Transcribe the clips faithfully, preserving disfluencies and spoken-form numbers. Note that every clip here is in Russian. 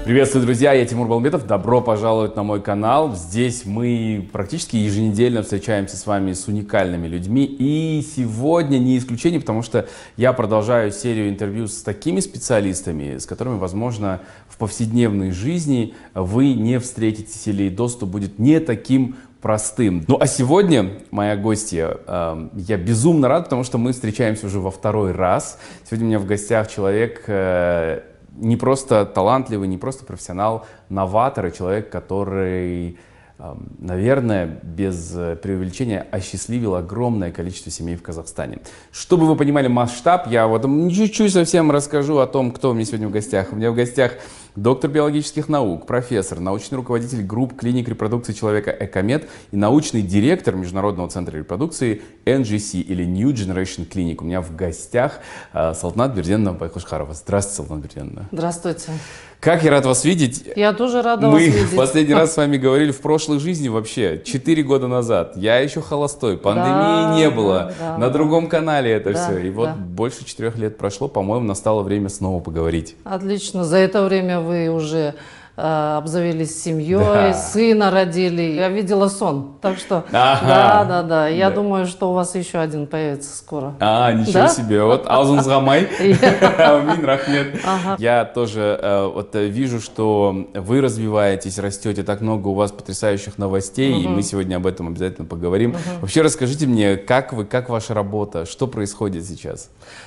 Приветствую, друзья, я Тимур Балмбетов, добро пожаловать на мой канал. Здесь мы практически еженедельно встречаемся с вами с уникальными людьми. И сегодня не исключение, потому что я продолжаю серию интервью с такими специалистами, с которыми, возможно, в повседневной жизни вы не встретитесь или доступ будет не таким простым. Ну а сегодня моя гостья, э, я безумно рад, потому что мы встречаемся уже во второй раз. Сегодня у меня в гостях человек... Э, не просто талантливый, не просто профессионал, новатор и человек, который, наверное, без преувеличения осчастливил огромное количество семей в Казахстане. Чтобы вы понимали масштаб, я вот чуть-чуть совсем расскажу о том, кто у меня сегодня в гостях. У меня в гостях доктор биологических наук, профессор, научный руководитель групп клиник репродукции человека Экомед и научный директор Международного центра репродукции эн джи си или New Generation Clinic. У меня в гостях э, Салтанат Берденовна Байхушхарова. Здравствуйте, Салтанат Берденовна. Здравствуйте. Как я рад вас видеть. Я тоже рада Мы вас видеть. Мы в последний раз с вами говорили в прошлой жизни вообще, четыре года назад. Я еще холостой, пандемии да, не было, да, на да. другом канале это Да, все. И вот да. больше четырех лет прошло, по-моему, настало время снова поговорить. Отлично. За это время вы уже э, обзавелись семьей, Да. сына родили. Я видела сон. Так что, Ага. да, да, да. Я Да. думаю, что у вас еще один появится скоро. А, ничего Да? себе, вот аузыңызға Амин, рахмет. Ага. Я тоже э, вот э, вижу, что вы развиваетесь, растете, так много у вас потрясающих новостей, и мы сегодня об этом обязательно поговорим. Вообще расскажите мне, как вы, как ваша работа, что происходит сейчас?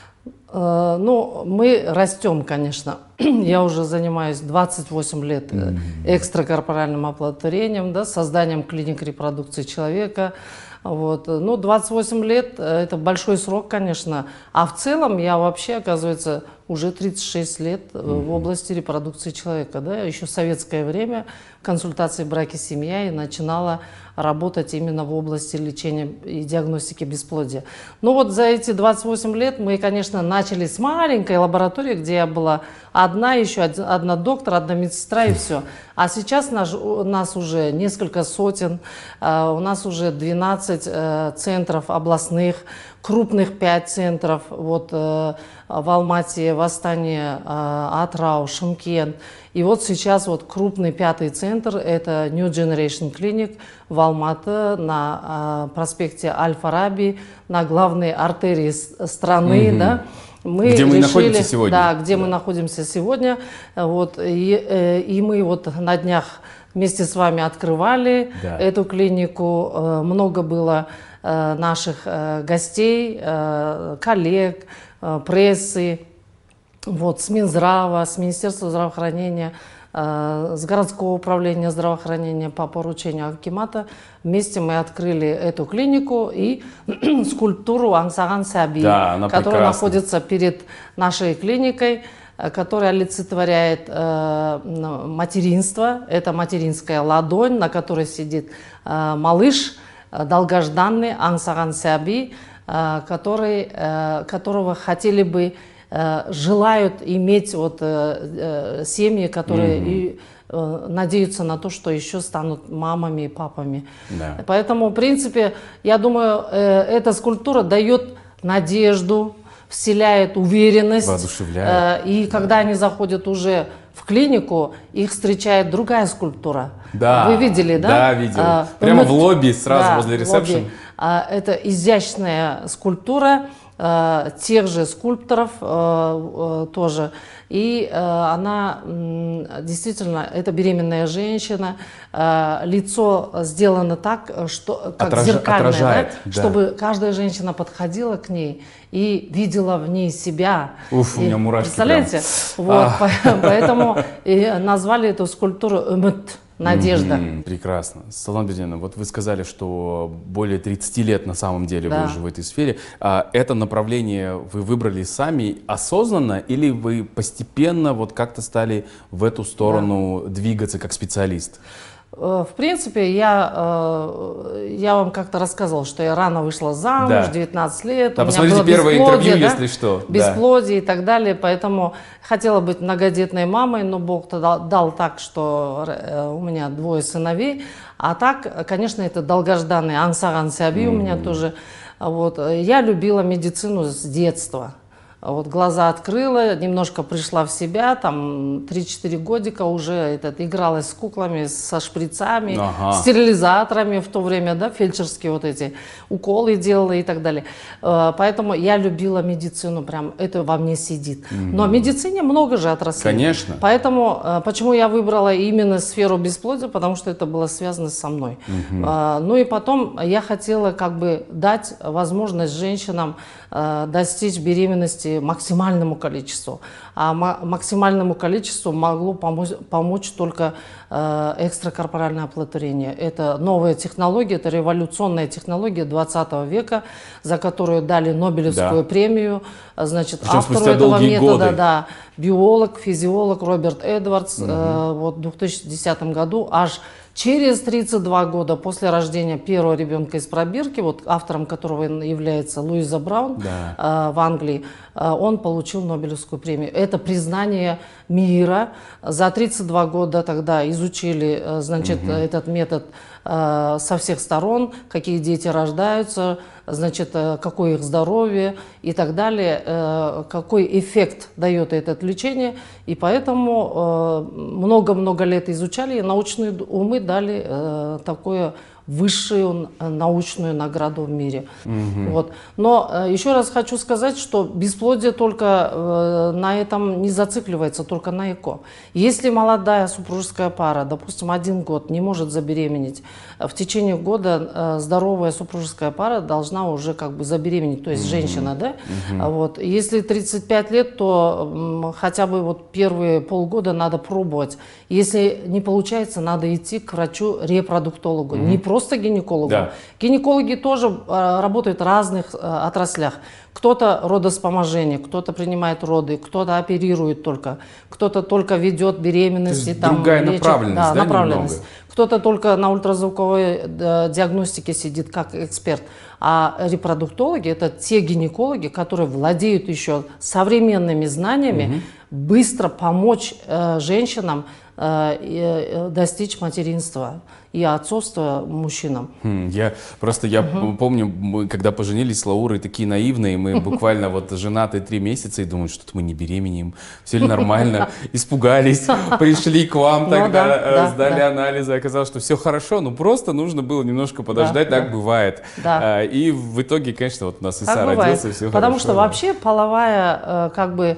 Э, Ну, мы растем, конечно. Я уже занимаюсь двадцать восемь лет э, экстракорпоральным оплодотворением, да, созданием клиник репродукции человека. Вот. Ну, двадцать восемь лет – это большой срок, конечно. А в целом я вообще, оказывается, уже тридцать шесть лет в области репродукции человека. Да? Еще в советское время консультации браки, семья и начинала работать именно в области лечения и диагностики бесплодия. Ну вот за эти двадцать восемь лет мы, конечно, начали с маленькой лаборатории, где я была одна, еще одна доктор, одна медсестра и все. А сейчас наш, у нас уже несколько сотен, э, у нас уже двенадцать э, центров областных, крупных пять центров, вот э, в Алмате, в Астане, э, Атрау, Шымкент. И вот сейчас вот крупный пятый центр, это New Generation Clinic в Алматы на э, проспекте Аль-Фараби, на главной артерии страны, mm-hmm. да. Мы где мы решили, находимся сегодня. Да, где да. мы находимся сегодня. Вот, и, э, и мы вот на днях вместе с вами открывали да. эту клинику. Э, много было э, наших э, гостей, э, коллег, э, прессы, вот, с Минздрава, с Министерства здравоохранения, э, с городского управления здравоохранения по поручению Акимата. Вместе мы открыли эту клинику и скульптуру Аңсаған Сәби, да, которая прекрасна. находится перед нашей клиникой, которая олицетворяет э, материнство. Это материнская ладонь, на которой сидит э, малыш, э, долгожданный Аңсаған Сәби, э, который, э, которого хотели бы, э, желают иметь вот, э, э, семьи, которые mm-hmm. и, э, надеются на то, что еще станут мамами и папами. Да. Поэтому, в принципе, я думаю, э, эта скульптура дает надежду, вселяет уверенность. Воодушевляет. И когда да. они заходят уже в клинику, их встречает другая скульптура. Да. Вы видели, да? Да, видел. А, Прямо мы... в лобби, сразу да, возле ресепшн. А, это изящная скульптура а, тех же скульпторов а, а, тоже. И э, она действительно, это беременная женщина, э, лицо сделано так, что, как Отраж... зеркальное, отражает, да? Да. Чтобы каждая женщина подходила к ней и видела в ней себя. Уф, и, у меня мурашки. представляете? Прям. Вот, поэтому и назвали эту скульптуру «Үміт», надежда. Mm-hmm. Прекрасно. Салтанат Берденовна, вот вы сказали, что более тридцати лет на самом деле да. вы уже в этой сфере. А это направление вы выбрали сами осознанно или вы постепенно вот как-то стали в эту сторону да. двигаться как специалист? В принципе, я, я вам как-то рассказывала, что я рано вышла замуж, да. девятнадцать лет. Да, у меня посмотрите было первое интервью, да? если что. Бесплодие да. и так далее. Поэтому хотела быть многодетной мамой, но Бог дал, дал так, что у меня двое сыновей. А так, конечно, это долгожданный Аңсаған Сәби mm-hmm. у меня тоже. Вот. Я любила медицину с детства. вот глаза открыла, немножко пришла в себя, там три-четыре годика уже этот, игралась с куклами, со шприцами, Ага. стерилизаторами в то время, да, фельдшерские вот эти уколы делала и так далее. Поэтому я любила медицину, прям это во мне сидит. Но в медицине много же отраслей. Конечно. Поэтому почему я выбрала именно сферу бесплодия, потому что это было связано со мной. Угу. Ну и потом я хотела как бы дать возможность женщинам достичь беременности максимальному количеству. А максимальному количеству могло помочь, помочь только э, экстракорпоральное оплодотворение. Это новая технология, это революционная технология двадцатого века, за которую дали Нобелевскую да. премию. Значит, Причем автору этого метода, годы. да, биолог, физиолог Роберт Эдвардс, угу. э, вот в две тысячи десятом году аж через тридцать два года после рождения первого ребенка из пробирки, вот автором которого является Луиза Браун да. э, в Англии, э, он получил Нобелевскую премию. Это признание мира. За тридцать два года тогда изучили, э, значит, угу. этот метод э, со всех сторон, какие дети рождаются, значит, э, какое их здоровье и так далее, э, какой эффект дает это лечение. И поэтому много-много э, лет изучали, и научные умы дали э, такое высшую научную награду в мире. Mm-hmm. Вот. Но э, еще раз хочу сказать, что бесплодие только э, на этом не зацикливается, только на ЭКО. Если молодая супружеская пара, допустим, один год не может забеременеть, в течение года э, здоровая супружеская пара должна уже как бы забеременеть, то есть mm-hmm. женщина, да? Mm-hmm. Вот. Если тридцать пять лет, то э, хотя бы вот первые полгода надо пробовать. Если не получается, надо идти к врачу-репродуктологу, mm-hmm. не просто гинекологу. Да. Гинекологи тоже э, работают в разных э, отраслях. Кто-то родовспоможение, кто-то принимает роды, кто-то оперирует только, кто-то только ведет беременность. И там другая лечит, направленность, да, да, направленность. Кто-то только на ультразвуковой э, диагностике сидит как эксперт. А репродуктологи – это те гинекологи, которые владеют еще современными знаниями, угу. быстро помочь э, женщинам э, э, достичь материнства и отцовства мужчинам. Хм, я просто я угу. помню, мы когда поженились с Лаурой, такие наивные, мы буквально вот женаты три месяца и думают, что-то мы не беременеем, все ли нормально, испугались, пришли к вам тогда, сдали анализы, оказалось, что все хорошо, но просто нужно было немножко подождать, так бывает. И в итоге, конечно, вот у нас Иса родился, все хорошо. Потому что вообще половая как бы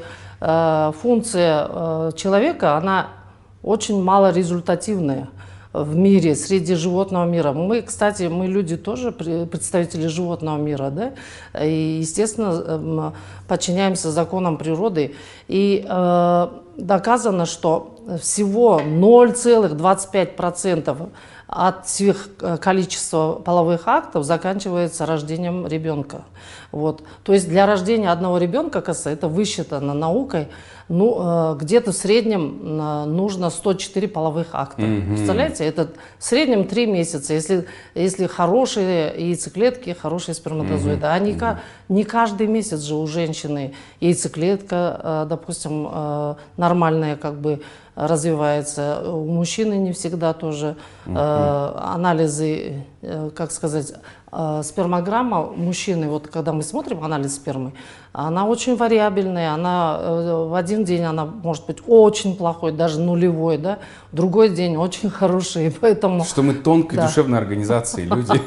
функция человека, она очень малорезультативная в мире, среди животного мира. Мы, кстати, мы люди тоже представители животного мира, да, и, естественно, подчиняемся законам природы. И э, доказано, что всего ноль целых двадцать пять сотых процента от всех количества половых актов заканчивается рождением ребенка. Вот. То есть для рождения одного ребенка, кажется, это высчитано наукой, ну, где-то в среднем нужно сто четыре половых акта. Mm-hmm. Представляете, это в среднем три месяца, если, если хорошие яйцеклетки, хорошие сперматозоиды. Mm-hmm. А не, mm-hmm. не каждый месяц же у женщины яйцеклетка, допустим, нормальная как бы развивается. У мужчины не всегда тоже mm-hmm. анализы, как сказать, спермограмма мужчины, вот когда мы смотрим анализ спермы, она очень вариабельная, она в один день она может быть очень плохой, даже нулевой, да, в другой день очень хороший, поэтому... Что мы тонкой да. душевной организации, люди.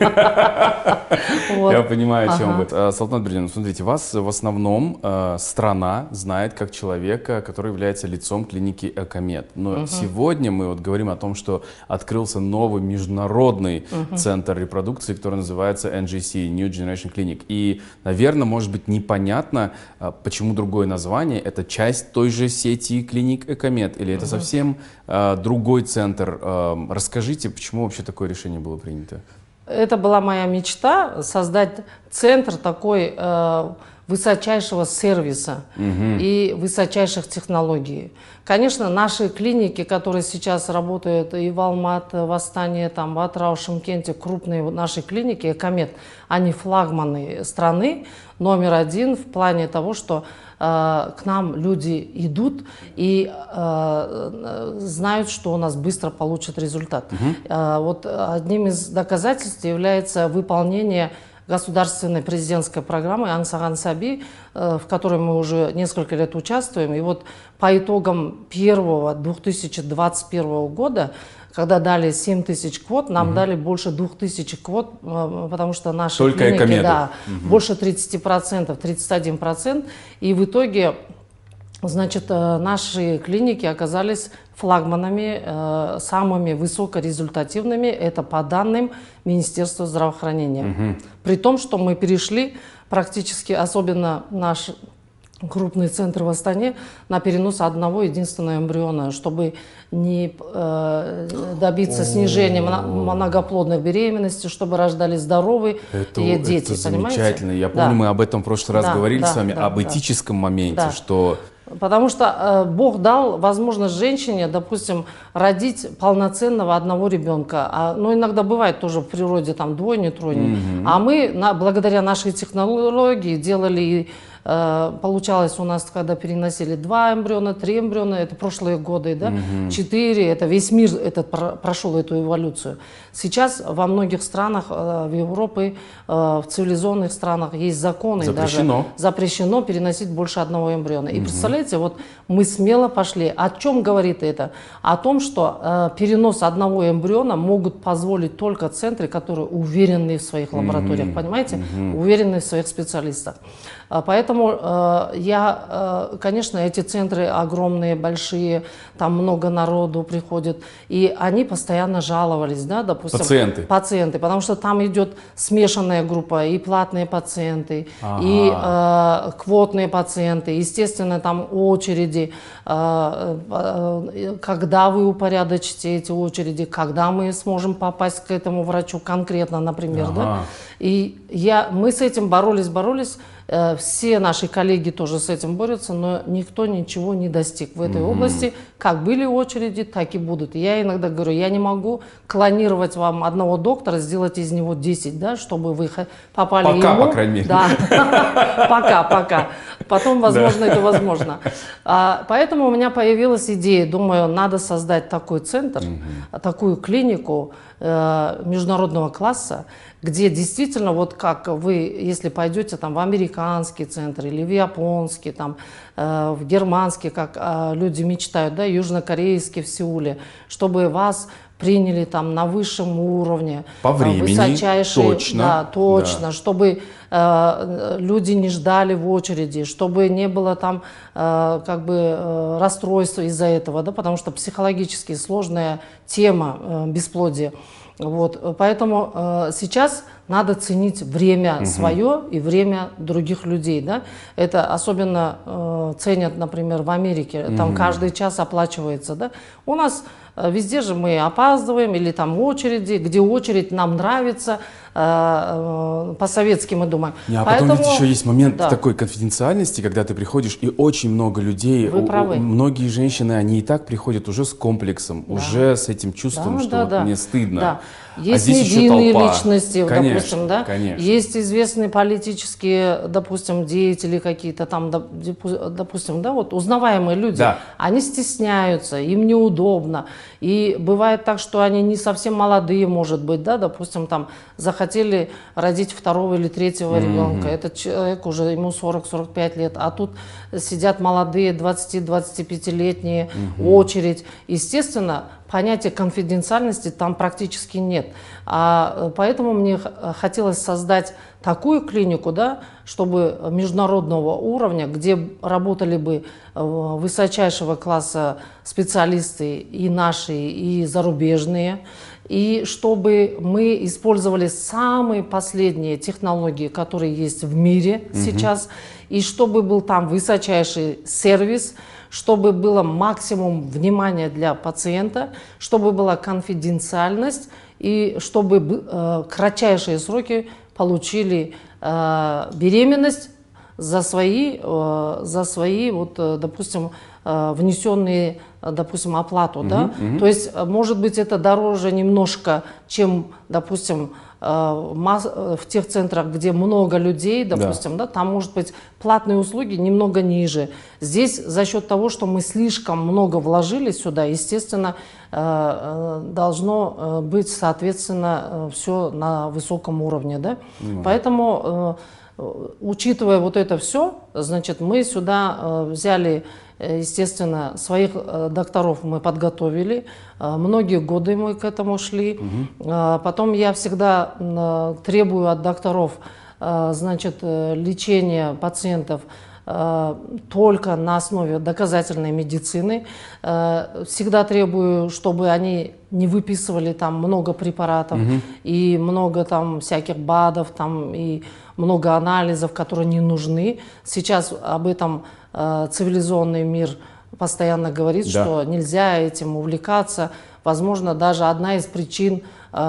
Я понимаю, о чем вы. Салтанат Бердиевна, смотрите, вас в основном страна знает как человека, который является лицом клиники Экомед. Но сегодня мы вот говорим о том, что открылся новый международный центр репродукции, который называется эн джи си, New Generation Clinic. И, наверное, может быть непонятно, почему другое название. Это часть той же сети клиник Экомед или это uh-huh. совсем uh, другой центр? Uh, расскажите, почему вообще такое решение было принято? Это была моя мечта, создать центр такой uh, высочайшего сервиса uh-huh. и высочайших технологий. Конечно, наши клиники, которые сейчас работают и в Алматы, в Астане, там, в Атырау, Шымкенте, крупные наши клиники, Экомед, они флагманы страны, номер один в плане того, что э, к нам люди идут и э, знают, что у нас быстро получат результат. Uh-huh. э, вот одним из доказательств является выполнение государственной президентской программы «Ансаган Саби», в которой мы уже несколько лет участвуем. И вот по итогам первого две тысячи двадцать первого года, когда дали семь тысяч квот, нам угу. дали больше двух тысяч квот, потому что наши Только клиники, да, угу. больше тридцати процентов, тридцать один процент. И в итоге, значит, наши клиники оказались флагманами, самыми высокорезультативными, это по данным Министерства здравоохранения. Угу. При том, что мы перешли практически, особенно наш крупный центр в Астане, на перенос одного единственного эмбриона, чтобы не э, добиться снижения многоплодных беременностей, чтобы рождали здоровые это, дети. Это замечательно. Я помню, да. мы об этом в прошлый раз да, говорили да, с вами, да, об да. этическом моменте, да. что... Потому что э, Бог дал возможность женщине, допустим, родить полноценного одного ребенка. А, ну, иногда бывает тоже в природе там двойни, тройни. Mm-hmm. А мы, на, благодаря нашей технологии, делали... Получалось у нас, когда переносили два эмбриона, три эмбриона, это прошлые годы, да, угу. четыре, это весь мир этот прошел эту эволюцию. Сейчас во многих странах, в Европе, в цивилизованных странах есть законы, запрещено. даже запрещено переносить больше одного эмбриона. И угу. представляете, вот мы смело пошли. О чем говорит это? О том, что э, перенос одного эмбриона могут позволить только центры, которые уверены в своих лабораториях, угу. понимаете, угу. уверены в своих специалистах. Поэтому э, я, э, конечно, эти центры огромные, большие, там много народу приходит, и они постоянно жаловались, да, допустим, пациенты. пациенты, потому что там идет смешанная группа, и платные пациенты, ага. и э, квотные пациенты, естественно, там очереди, э, э, когда вы упорядочите эти очереди, когда мы сможем попасть к этому врачу конкретно, например, ага. да, и я, мы с этим боролись, боролись. Все наши коллеги тоже с этим борются, но никто ничего не достиг в этой mm-hmm. области. Как были очереди, так и будут. Я иногда говорю, я не могу клонировать вам одного доктора, сделать из него десять, да, чтобы вы попали пока, ему. Пока, по крайней мере. Да, пока, пока. Потом, возможно, это возможно. Поэтому у меня появилась идея, думаю, надо создать такой центр, такую клинику международного класса, где действительно, вот как вы, если пойдете там в американский центр или в японский, там, э, в германский, как э, люди мечтают, да, южнокорейский в Сеуле, чтобы вас приняли там на высшем уровне. По времени, точно. Да, точно, да. Чтобы э, люди не ждали в очереди, чтобы не было там э, как бы э, расстройства из-за этого, да, потому что психологически сложная тема э, бесплодия. Вот, поэтому э, сейчас надо ценить время угу. свое и время других людей. Да? Это особенно э, ценят, например, в Америке. Угу. Там каждый час оплачивается. Да? У нас э, везде же мы опаздываем, или там очереди, где очередь нам нравится. Э, э, по-советски мы думаем. А Поэтому, потом ведь еще есть момент да. такой конфиденциальности, когда ты приходишь, и очень много людей, Вы правы. У, многие женщины, они и так приходят уже с комплексом, да. уже с этим чувством, да, что да, вот да. мне стыдно. Да. А есть здесь медийные еще толпа. личности, Конечно, допустим, да? Конечно. Есть известные политические, допустим, деятели какие-то там, допустим, да, вот узнаваемые люди. Да. Они стесняются, им неудобно. И бывает так, что они не совсем молодые, может быть, да, допустим, там захотели родить второго или третьего mm-hmm. ребенка. Этот человек уже, ему сорок-сорок пять лет, а тут сидят молодые, двадцати-двадцатипятилетние, mm-hmm. очередь. Естественно, понятия конфиденциальности там практически нет. А, поэтому мне хотелось создать такую клинику, да, чтобы международного уровня, где работали бы высочайшего класса специалисты и наши, и зарубежные, и чтобы мы использовали самые последние технологии, которые есть в мире mm-hmm. сейчас, и чтобы был там высочайший сервис, чтобы было максимум внимания для пациента, чтобы была конфиденциальность и чтобы э, кратчайшие сроки получили э, беременность за свои, э, за свои вот, э, допустим, э, внесенные, допустим, оплату. Uh-huh, да? uh-huh. То есть, может быть, это дороже немножко, чем, допустим, в тех центрах, где много людей, допустим, да. Да, там может быть платные услуги немного ниже. Здесь за счет того, что мы слишком много вложили сюда, естественно, должно быть, соответственно, все на высоком уровне. Да? Mm. Поэтому, учитывая вот это все, значит, мы сюда взяли, естественно, своих докторов мы подготовили, многие годы мы к этому шли. Mm-hmm. Потом я всегда требую от докторов, значит, лечения пациентов только на основе доказательной медицины. Всегда требую, чтобы они не выписывали там много препаратов угу. и много там всяких БАДов, там, и много анализов, которые не нужны. Сейчас об этом цивилизованный мир постоянно говорит, да. что нельзя этим увлекаться. Возможно, даже одна из причин,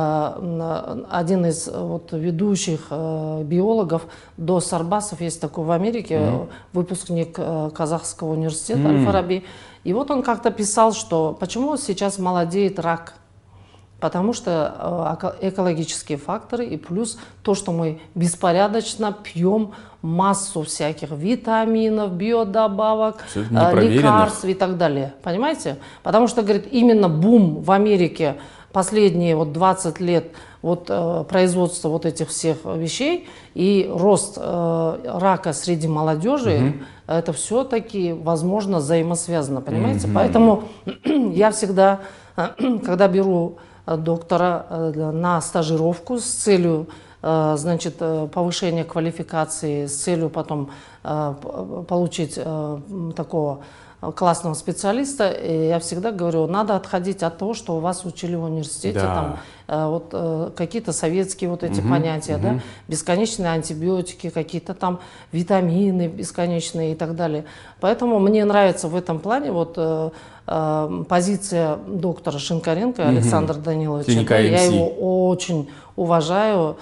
один из вот ведущих биологов, До Сарбасов, есть такой в Америке, mm-hmm. выпускник Казахского университета, mm-hmm. Аль-Фараби. И вот он как-то писал, что почему сейчас молодеет рак. Потому что экологические факторы и плюс то, что мы беспорядочно пьем массу всяких витаминов, биодобавок, лекарств и так далее. Понимаете? Потому что, говорит, именно бум в Америке последние вот двадцать лет вот, э, производства вот этих всех вещей и рост э, рака среди молодежи, mm-hmm. это все-таки, возможно, взаимосвязано. Понимаете? Mm-hmm. Поэтому я всегда, когда беру доктора на стажировку с целью, значит, повышения квалификации, с целью потом получить такого классного специалиста, и я всегда говорю, надо отходить от того, что у вас учили в университете, да. там, вот, какие-то советские вот эти угу, позиции, угу. да, бесконечные антибиотики, какие-то там витамины бесконечные и так далее. Поэтому мне нравится в этом плане вот позиция доктора Шинкаренко Александра угу. Даниловича. Я его очень уважаю.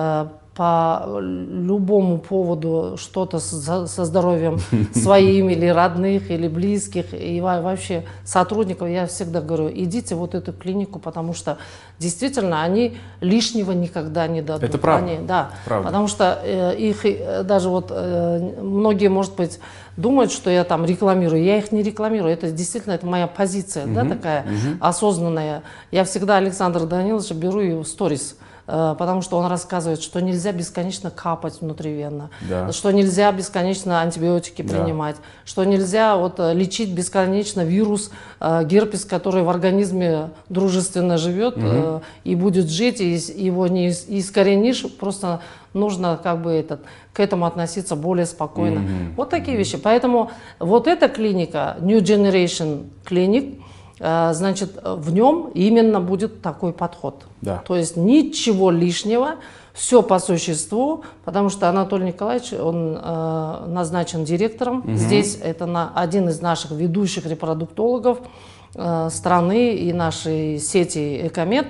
По любому поводу что-то со, со здоровьем своим или родных, или близких, и вообще сотрудников, я всегда говорю, идите вот эту клинику, потому что действительно они лишнего никогда не дадут. Это правда. Они, да, правда. Потому что э, их э, даже вот э, многие, может быть, думают, что я там рекламирую. Я их не рекламирую. Это действительно это моя позиция, uh-huh, да, такая uh-huh. осознанная. Я всегда Александра Даниловича беру и в сторис. Потому что он рассказывает, что нельзя бесконечно капать внутривенно, да. что нельзя бесконечно антибиотики да. принимать, что нельзя вот, лечить бесконечно вирус, э, герпес, который в организме дружественно живет угу. э, и будет жить, и его не искоренишь, просто нужно как бы этот, к этому относиться более спокойно. Угу. Вот такие вещи. Поэтому вот эта клиника, New Generation Clinic, значит, в нем именно будет такой подход. Да. То есть ничего лишнего, все по существу, потому что Анатолий Николаевич, он э, назначен директором. Угу. Здесь это на, один из наших ведущих репродуктологов э, страны и нашей сети Экомед.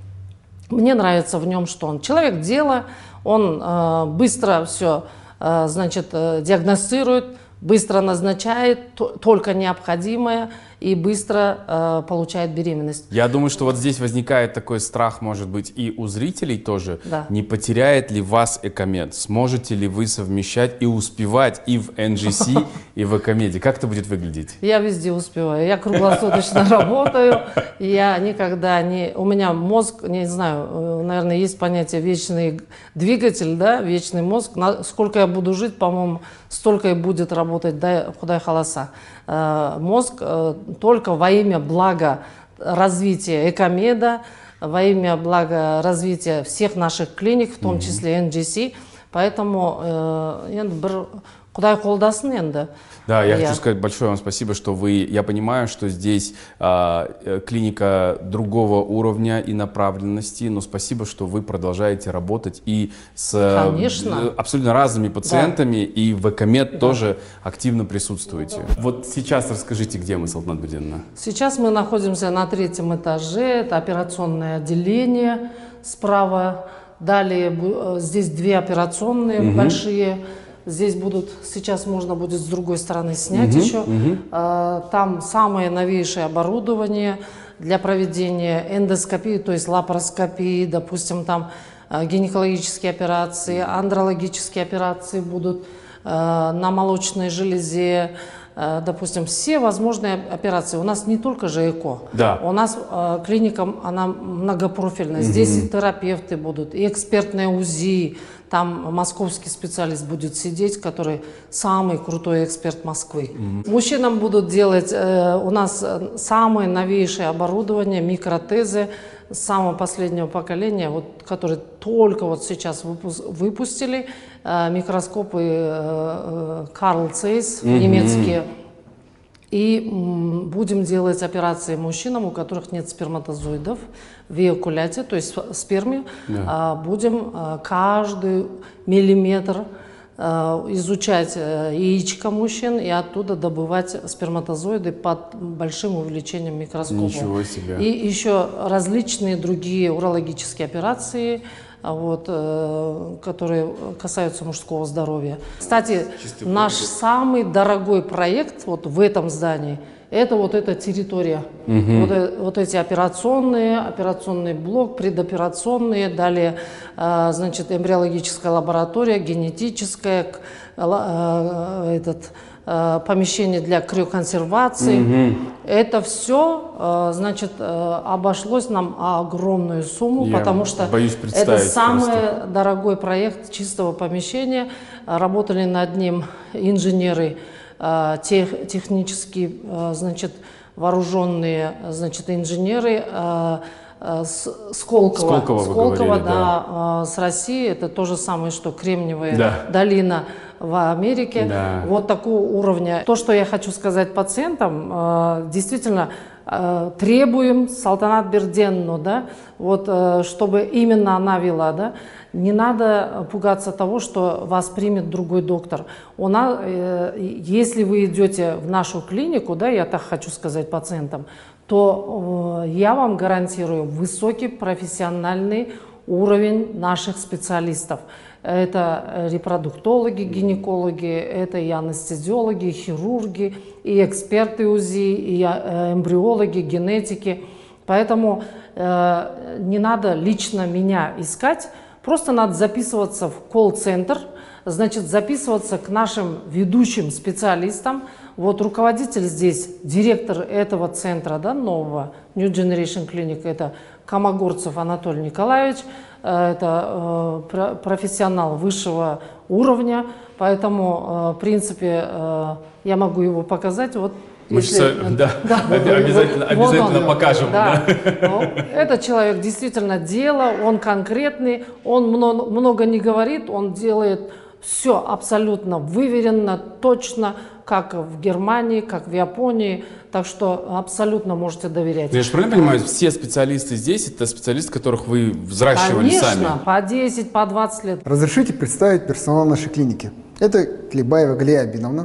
Мне нравится в нем, что он человек дела, он э, быстро все э, значит, э, диагностирует, быстро назначает только необходимое и быстро э, получает беременность. Я думаю, что вот здесь возникает такой страх, может быть, и у зрителей тоже. Да. Не потеряет ли вас Экомед? Сможете ли вы совмещать и успевать и в эн джи си, и в Экомеде? Как это будет выглядеть? Я везде успеваю. Я круглосуточно работаю. Я никогда не... У меня мозг, не знаю, наверное, есть понятие вечный двигатель, да, вечный мозг. Сколько я буду жить, по-моему, столько и будет работать, да, худай халаса. Мозг только во имя блага развития Экомеда, во имя блага развития всех наших клиник, в том mm-hmm. числе эн джи си. Поэтому енді бір Құдай қолдасын енді. Да, я, я хочу сказать большое вам спасибо, что вы, я понимаю, что здесь а, клиника другого уровня и направленности, но спасибо, что вы продолжаете работать и с Конечно. абсолютно разными пациентами, да. и в Экомед да. тоже активно присутствуете. Да. Вот сейчас расскажите, где мы, Салтанат Буденовна? Сейчас мы находимся на третьем этаже, это операционное отделение справа. Далее здесь две операционные угу. большие. Здесь будут, сейчас можно будет с другой стороны снять угу, еще. Угу. Там самое новейшее оборудование для проведения эндоскопии, то есть лапароскопии, допустим, там гинекологические операции, андрологические операции будут на молочной железе, допустим, все возможные операции. У нас не только же ЭКО. Да. У нас э, клиника, она многопрофильная. Здесь mm-hmm. и терапевты будут, и экспертное УЗИ. Там московский специалист будет сидеть, который самый крутой эксперт Москвы. Mm-hmm. Мужчинам будут делать э, у нас самое новейшее оборудование, микротезы самого последнего поколения, вот, которые только вот сейчас выпуск, выпустили. Э, микроскопы э, Карл Zeiss, mm-hmm. немецкие. И м, будем делать операции мужчинам, у которых нет сперматозоидов в эякуляте, то есть в сперме. Yeah. А, будем а, каждый миллиметр а, изучать а, яичко мужчин и оттуда добывать сперматозоиды под большим увеличением микроскопа. Ничего себе. И еще различные другие урологические операции, вот, э, которые касаются мужского здоровья. Кстати, Чистый наш продукт. Самый дорогой проект вот в этом здании – это вот эта территория. Угу. Вот, вот эти операционные, операционный блок, предоперационные, далее э, значит, эмбриологическая лаборатория, генетическая, э, этот, э, помещение для криоконсервации. Угу. Это все, значит, обошлось нам огромную сумму, Я потому что это самый просто. Дорогой проект чистого помещения. Работали над ним инженеры, тех, технически, значит, вооруженные, значит, инженеры Сколково, Сколково, Сколково говорили, да, да. С России. Это то же самое, что Кремниевая да. долина в Америке. Да. Вот такого уровня. То, что я хочу сказать пациентам, действительно требуем Салтанат Берденну, да, вот, чтобы именно она вела, да. Не надо пугаться того, что вас примет другой доктор. У нас, если вы идете в нашу клинику, да, я так хочу сказать пациентам, то я вам гарантирую высокий профессиональный уровень наших специалистов. Это репродуктологи, гинекологи, это и анестезиологи, и хирурги, и эксперты УЗИ, и эмбриологи, генетики. Поэтому э, не надо лично меня искать, просто надо записываться в колл-центр, значит, записываться к нашим ведущим специалистам. Вот руководитель здесь, директор этого центра, да, нового, New Generation Clinic, это Комогорцев Анатолий Николаевич. Это э, профессионал высшего уровня, поэтому, э, в принципе, э, я могу его показать. Вот, Мы если, сейчас, да, да, обязательно, вот, обязательно вот покажем. Да. Да. Этот человек действительно дело, он конкретный, он много, много не говорит, он делает все абсолютно выверенно, точно, как в Германии, как в Японии. Так что абсолютно можете доверять. Я же правильно понимаю, все специалисты здесь, это специалисты, которых вы взращивали Конечно, сами? Конечно, по десять, по двадцать лет. Разрешите представить персонал нашей клиники. Это Клебаева Галия Абиновна,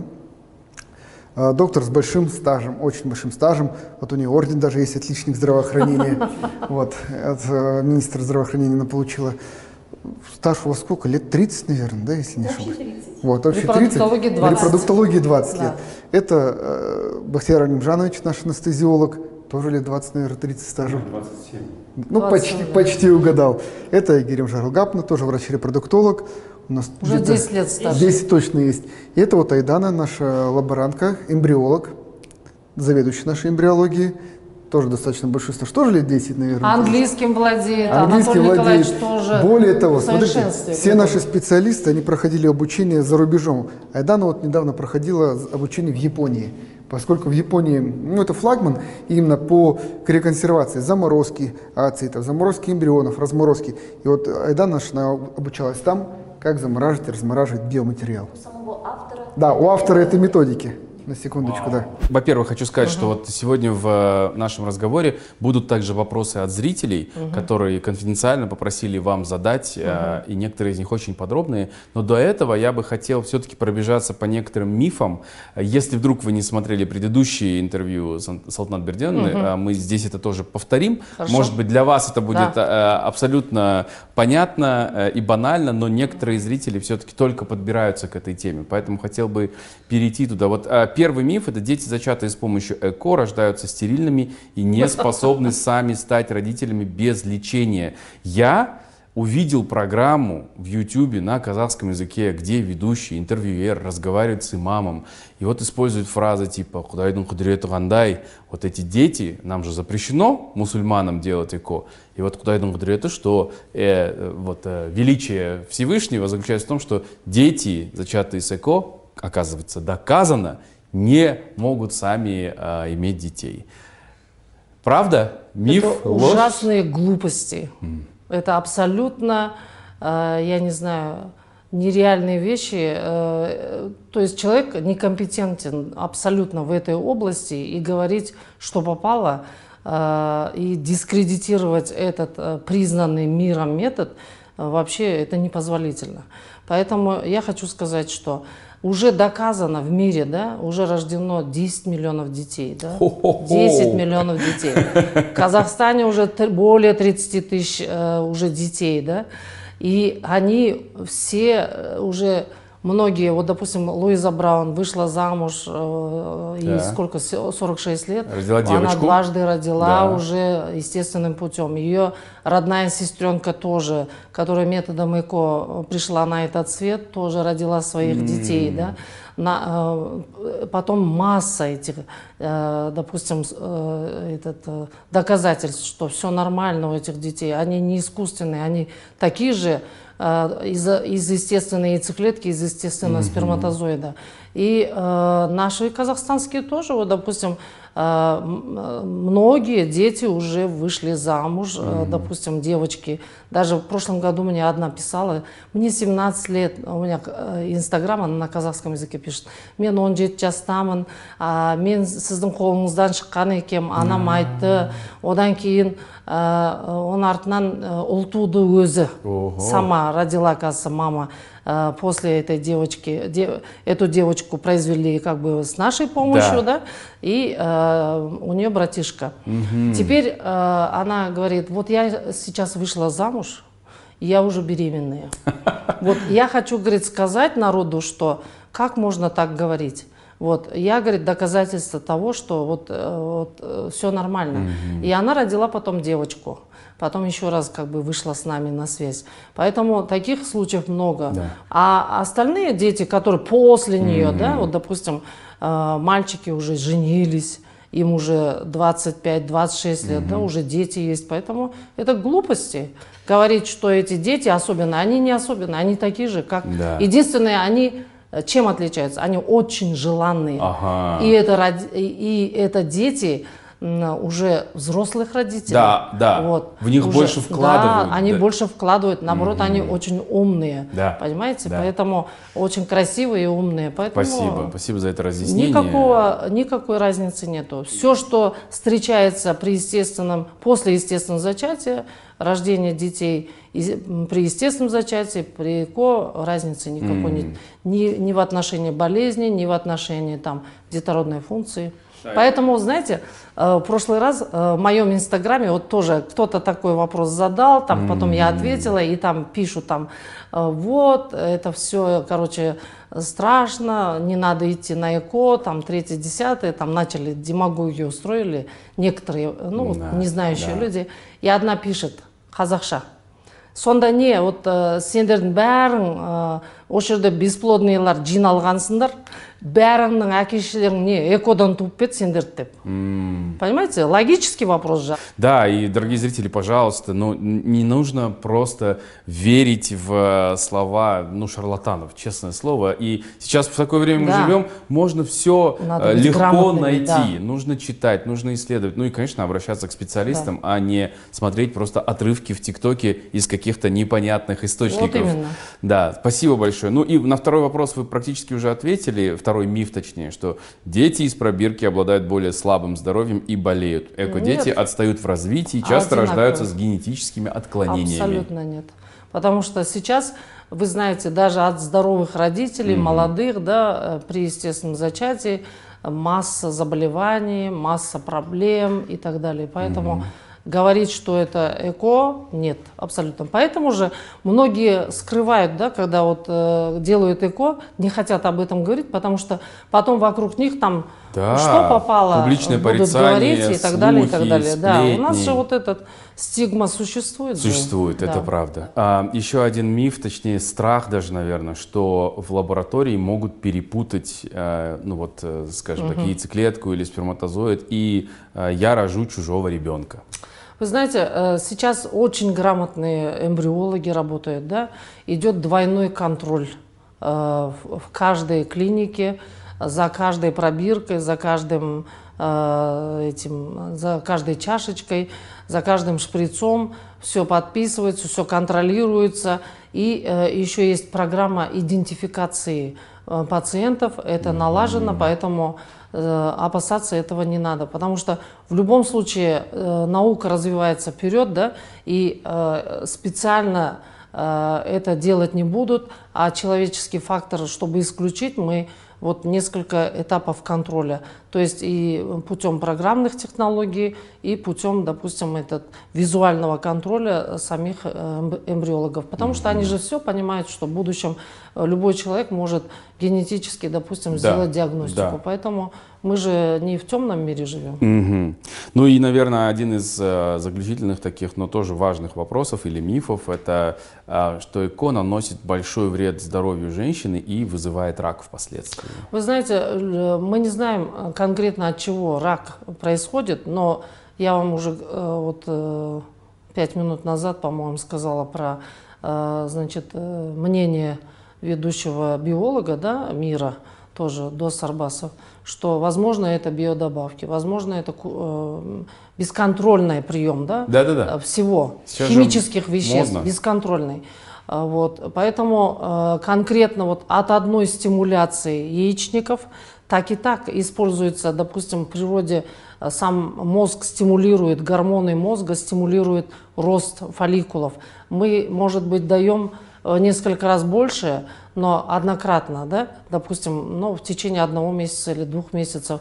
доктор с большим стажем, очень большим стажем. Вот у нее орден даже есть отличник здравоохранения. Вот, от министра здравоохранения она получила. Стаж у вас сколько? Лет тридцать, наверное, да, если не ошибаюсь? Вот, вообще тридцать. Репродуктологии двадцать. Репродуктологии двадцать да. лет. Это э, Бахтияр Алимжанович, наш анестезиолог, тоже лет двадцать, наверное, тридцать стажу. двадцать семь. Ну, почти, да. почти угадал. Это Герем Жарылгапна, тоже врач-репродуктолог. У нас уже десять лет стажа. десять точно есть. И это вот Айдана, наша лаборантка, эмбриолог, заведующий нашей эмбриологией. Тоже достаточно большой стаж, тоже лет десять, наверное. Английским владеет, Английский Анатолий владеет. Николаевич тоже. Более того, смотрите, все наши специалисты, они проходили обучение за рубежом. Айдана вот недавно проходила обучение в Японии, поскольку в Японии, ну, это флагман именно по криоконсервации, заморозки ооцитов, заморозки эмбрионов, разморозки. И вот Айдана наша обучалась там, как замораживать и размораживать биоматериал. У самого автора? Да, у автора этой методики. На секундочку, да. Во-первых, хочу сказать, Uh-huh. что вот сегодня в нашем разговоре будут также вопросы от зрителей, Uh-huh. которые конфиденциально попросили вам задать, Uh-huh. э, и некоторые из них очень подробные. Но до этого я бы хотел все-таки пробежаться по некоторым мифам. Если вдруг вы не смотрели предыдущие интервью с Салтанат Берденной, Uh-huh. мы здесь это тоже повторим. Хорошо. Может быть, для вас это будет Да. э, абсолютно понятно э, и банально, но некоторые зрители все-таки только подбираются к этой теме. Поэтому хотел бы перейти туда. Вот э, первый миф – это дети, зачатые с помощью ЭКО, рождаются стерильными и не способны сами стать родителями без лечения. Я увидел программу в ютубе на казахском языке, где ведущий, интервьюер разговаривает с имамом, и вот использует фразы типа «Худайдун худреты гандай». Вот эти дети, нам же запрещено мусульманам делать эко, и вот Худайдун худреты, что э, вот, э, величие Всевышнего заключается в том, что дети, зачатые с эко, оказывается, доказано, не могут сами э, иметь детей. Правда? Миф? Это Ложь? ужасные глупости. Mm. Это абсолютно, э, я не знаю, нереальные вещи. Э, то есть человек некомпетентен абсолютно в этой области, и говорить, что попало, э, и дискредитировать этот э, признанный миром метод, э, вообще это непозволительно. Поэтому я хочу сказать, что уже доказано в мире, да, уже рождено десять миллионов детей, да, десять миллионов детей. В Казахстане уже более тридцати тысяч э, уже детей, да, и они все уже, многие, вот, допустим, Луиза Браун вышла замуж, э, ей да. сколько, сорок шесть лет, родила она девочку. дважды родила Да. уже естественным путем. Ее родная сестренка тоже, которая методом ЭКО пришла на этот свет, тоже родила своих mm. детей, да. На, э, потом масса этих, э, допустим, э, этот, э, доказательств, что все нормально у этих детей, они не искусственные, они такие же, Из, из естественной яйцеклетки, из естественного mm-hmm. сперматозоида. И э, наши казахстанские тоже, вот, допустим, э, многие дети уже вышли замуж, mm-hmm. э, допустим, девочки. Даже в прошлом году мне одна писала, мне семнадцать лет, у меня э, инстаграм, она на казахском языке пишет, мен он жеті жастамын, а, мен сіздің қолыңыздан шыққан екем, анам айтты, одан кейін он артынан ұл туды өзі, сама родила, кажется, мама. После этой девочки, де, эту девочку произвели как бы с нашей помощью, да, да и э, у нее братишка. Угу. Теперь э, она говорит, вот я сейчас вышла замуж, я уже беременная. Вот я хочу, говорит, сказать народу, что как можно так говорить. Вот, я, говорит, доказательство того, что вот, вот все нормально. Mm-hmm. И она родила потом девочку. Потом еще раз как бы вышла с нами на связь. Поэтому таких случаев много. Yeah. А остальные дети, которые после нее, mm-hmm. да, вот, допустим, мальчики уже женились, им уже двадцать пять — двадцать шесть лет, mm-hmm. да, уже дети есть. Поэтому это глупости. Говорить, что эти дети особенные, они не особенные, они такие же, как... Yeah. Единственное, они... Чем отличаются? Они очень желанные. Ага. И, это, и это дети уже взрослых родителей. Да, да. Вот. В них уже, больше вкладывают. Да, они да. больше вкладывают. Наоборот, mm-hmm. они очень умные. Да. Понимаете? Да. Поэтому очень красивые и умные. Поэтому спасибо. Спасибо за это разъяснение. Никакого, никакой разницы нету. Все, что встречается при естественном, после естественного зачатия, рождения детей, при естественном зачатии, при ЭКО разницы никакой mm. нет. Ни, ни в отношении болезни, ни в отношении там, детородной функции. Да. Поэтому, знаете, в прошлый раз в моем инстаграме вот тоже кто-то такой вопрос задал, там, mm. потом я ответила, и там пишут, там, вот, это все, короче, страшно, не надо идти на ЭКО, там, третье, десятое, там, начали демагогию устроили некоторые, ну, да, не знающие да. люди. И одна пишет, казахша. Сонда не, вот сендердің бәрің осы жерде бесплодныйлар жиналғансыңдар, бәріңнің әке-шешелерің не, экодан туып кетті сендерді деп. Mm. Понимаете? Логический вопрос же. Да, и, дорогие зрители, пожалуйста, ну, не нужно просто верить в слова, ну, шарлатанов, честное слово. И сейчас в такое время да. мы живем, можно все надо легко найти. Да. Нужно читать, нужно исследовать. Ну и, конечно, обращаться к специалистам, да. а не смотреть просто отрывки в ТикТоке из каких-то непонятных источников. Вот именно. Да, спасибо большое. Ну и на второй вопрос вы практически уже ответили. Второй миф, точнее, что дети из пробирки обладают более слабым здоровьем и болеют. Эко-дети нет. отстают в развитии и часто Одинаково. рождаются с генетическими отклонениями. Абсолютно нет. Потому что сейчас, вы знаете, даже от здоровых родителей, mm-hmm. молодых, да, при естественном зачатии масса заболеваний, масса проблем и так далее. Поэтому mm-hmm. говорить, что это ЭКО, нет, абсолютно. Поэтому же многие скрывают, да, когда вот э, делают ЭКО, не хотят об этом говорить, потому что потом вокруг них там Да, что попало, публичное будут порицание, говорить и так далее, и так слухи, далее. Да, у нас сплетни. же вот этот стигма существует. Существует, же. это Да. правда. А, еще один миф, точнее страх даже, наверное, что в лаборатории могут перепутать, э, ну вот, э, скажем так, яйцеклетку или сперматозоид, и э, я рожу чужого ребенка. Вы знаете, э, сейчас очень грамотные эмбриологи работают, да, идет двойной контроль э, в в каждой клинике, за каждой пробиркой, за каждым э, этим, за каждой чашечкой, за каждым шприцом, все подписывается, все контролируется. И э, еще есть программа идентификации э, пациентов, это налажено, поэтому э, опасаться этого не надо. Потому что в любом случае э, наука развивается вперед, да, и э, специально э, это делать не будут, а человеческий фактор, чтобы исключить, мы вот несколько этапов контроля, то есть и путем программных технологий, и путем, допустим, этот, визуального контроля самих эмбриологов, потому что они же все понимают, что в будущем любой человек может генетически, допустим, Да, сделать диагностику, да. поэтому мы же не в темном мире живем. Мгм. Ну и, наверное, один из э, заключительных таких, но тоже важных вопросов или мифов, это э, что ЭКО наносит большой вред здоровью женщины и вызывает рак впоследствии. Вы знаете, э, мы не знаем э, конкретно от чего рак происходит, но я вам уже э, вот э, пять минут назад, по-моему, сказала про э, значит, э, мнение ведущего биолога, да, мира, тоже Дос Арбасов, что, возможно, это биодобавки, возможно, это э, бесконтрольный прием, да, Да-да-да. всего, Сейчас же химических веществ, модно. бесконтрольный. А, Вот, поэтому э, конкретно вот от одной стимуляции яичников, так и так используется, допустим, в природе э, сам мозг стимулирует, гормоны мозга стимулируют рост фолликулов. Мы, может быть, даем э, несколько раз больше, но однократно, да, допустим, ну, в течение одного месяца или двух месяцев.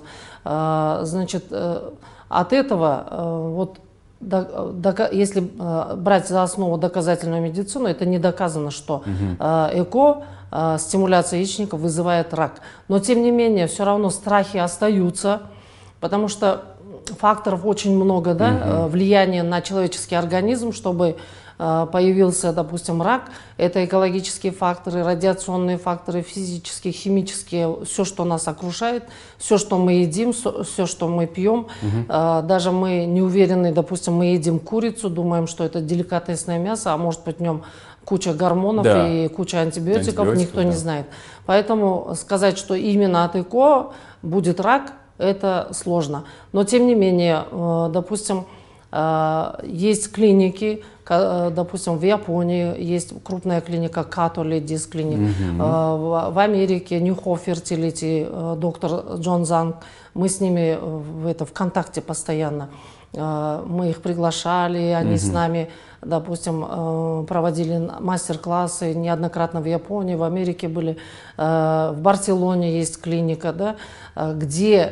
Э, значит, э, от этого э, вот До- дока- если э, брать за основу доказательную медицину, это не доказано, что э, ЭКО, э, стимуляция яичников вызывает рак. Но тем не менее, все равно страхи остаются, потому что факторов очень много, да, э, влияния на человеческий организм, чтобы э, появился, допустим, рак. Это экологические факторы, радиационные факторы, физические, химические, все, что нас окружает, все, что мы едим, все, что мы пьем. Э, даже мы не уверены, допустим, мы едим курицу, думаем, что это деликатесное мясо, а может быть в нем куча гормонов Да. и куча антибиотиков, Антибиотиков, никто да. не знает. Поэтому сказать, что именно от ЭКО будет рак, это сложно. Но тем не менее, э, допустим, э, есть клиники, ка- э, допустим, в Японии есть крупная клиника Като Ladies Clinic, э, в, в Америке New Hope Fertility, э, доктор Джон Занг, мы с ними в, это, в контакте постоянно. Э, Мы их приглашали, они с нами, допустим, э, проводили мастер-классы неоднократно в Японии, в Америке были, э, в Барселоне есть клиника, да, э, где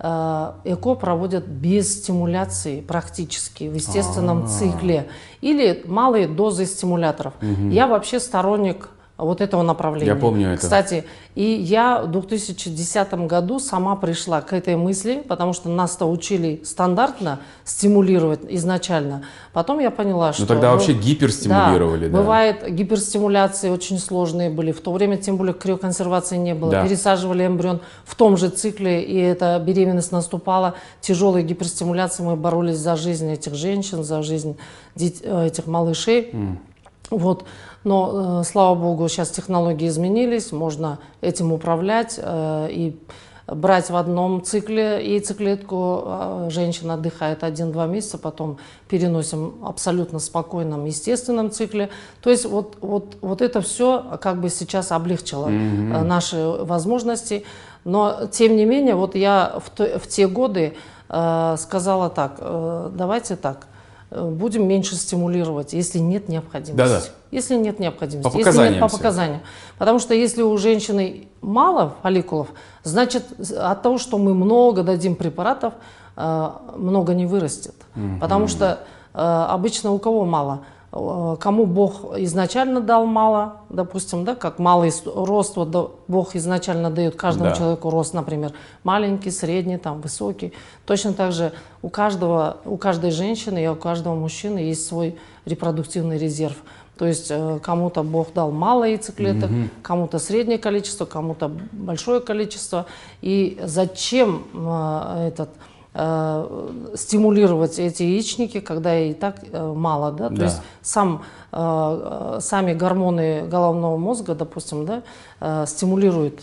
э, ЭКО проводят без стимуляции практически в естественном цикле или малые дозы стимуляторов. Я вообще сторонник вот этого направления. Я помню это. Кстати, и я в две тысячи десятом году сама пришла к этой мысли, потому что нас-то учили стандартно стимулировать изначально. Потом я поняла, что... Ну тогда ну, вообще гиперстимулировали, да. Бывает, гиперстимуляции очень сложные были. В то время, тем более, криоконсервации не было. Да. Пересаживали эмбрион в том же цикле, и эта беременность наступала. Тяжелые гиперстимуляции, мы боролись за жизнь этих женщин, за жизнь дит- э, этих малышей. Вот. Но, э, слава богу, сейчас технологии изменились, можно этим управлять э, и брать в одном цикле яйцеклетку, э, женщина отдыхает один-два месяца, потом переносим абсолютно спокойном естественном цикле. То есть вот, вот, вот это все как бы сейчас облегчило э, наши возможности. Но, тем не менее, вот я в, то- в те годы э, сказала так, э, давайте так, будем меньше стимулировать, если нет необходимости. Да-да. Если нет необходимости. По если показаниям нет по всё. показаниям. Потому что если у женщины мало фолликулов, значит от того, что мы много дадим препаратов, э, много не вырастет. Потому что э, обычно у кого мало? кому Бог изначально дал мало, допустим, да, как малый рост, вот да, Бог изначально дает каждому да. человеку рост, например, маленький, средний, там, высокий. Точно так же у каждого, у каждой женщины и у каждого мужчины есть свой репродуктивный резерв. То есть кому-то Бог дал мало яйцеклеток, mm-hmm. кому-то среднее количество, кому-то большое количество. И зачем э, этот стимулировать эти яичники, когда и так мало, да, то да. есть сам, э, сами гормоны головного мозга, допустим, да, э, стимулируют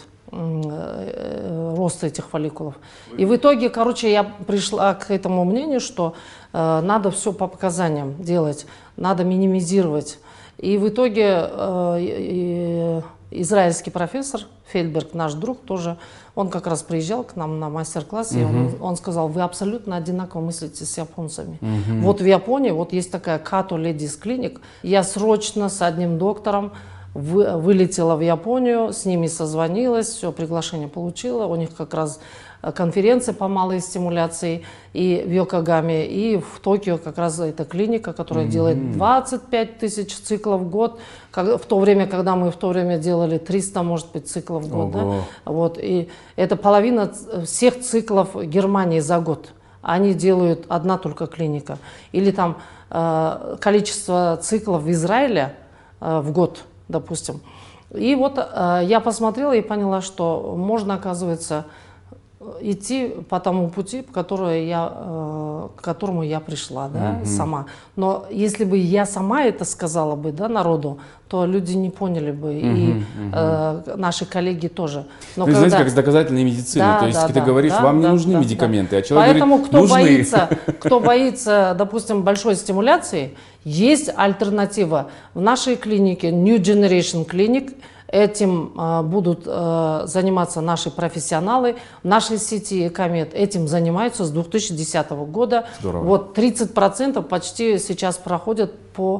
э, рост этих фолликулов. И в итоге, короче, я пришла к этому мнению, что э, надо все по показаниям делать, надо минимизировать. И в итоге э, э, израильский профессор Фельдберг, наш друг тоже, он как раз приезжал к нам на мастер-класс, uh-huh. и он, он сказал, вы абсолютно одинаково мыслите с японцами. Uh-huh. Вот в Японии вот есть такая Като Ladies Clinic. Я срочно с одним доктором вы, вылетела в Японию, с ними созвонилась, все, приглашение получила. У них как раз конференция по малой стимуляции и в Йокогаме, и в Токио как раз эта клиника, которая mm-hmm. делает двадцать пять тысяч циклов в год, как, в то время, когда мы в то время делали триста, может быть, циклов в год. Да? Вот, и это половина всех циклов Германии за год. Они делают одна только клиника. Или там э, количество циклов в Израиле э, в год, допустим. И вот э, я посмотрела и поняла, что можно, оказывается, идти по тому пути, по которому я, э, к которому я пришла, да, mm-hmm. сама. Но если бы я сама это сказала бы, да, народу, то люди не поняли бы, mm-hmm. и э, наши коллеги тоже. Но ну, когда... знаете, как с доказательной медициной. Да, то есть, да, когда да, ты говоришь, да, вам да, не нужны да, медикаменты, да. а человек Поэтому говорит, кто нужны. боится, кто боится, допустим, большой стимуляции, есть альтернатива. В нашей клинике, New Generation Clinic, этим э, будут э, заниматься наши профессионалы. В нашей сети Экомед этим занимаются с две тысячи десятого года. Здорово. Вот тридцать процентов почти сейчас проходят по,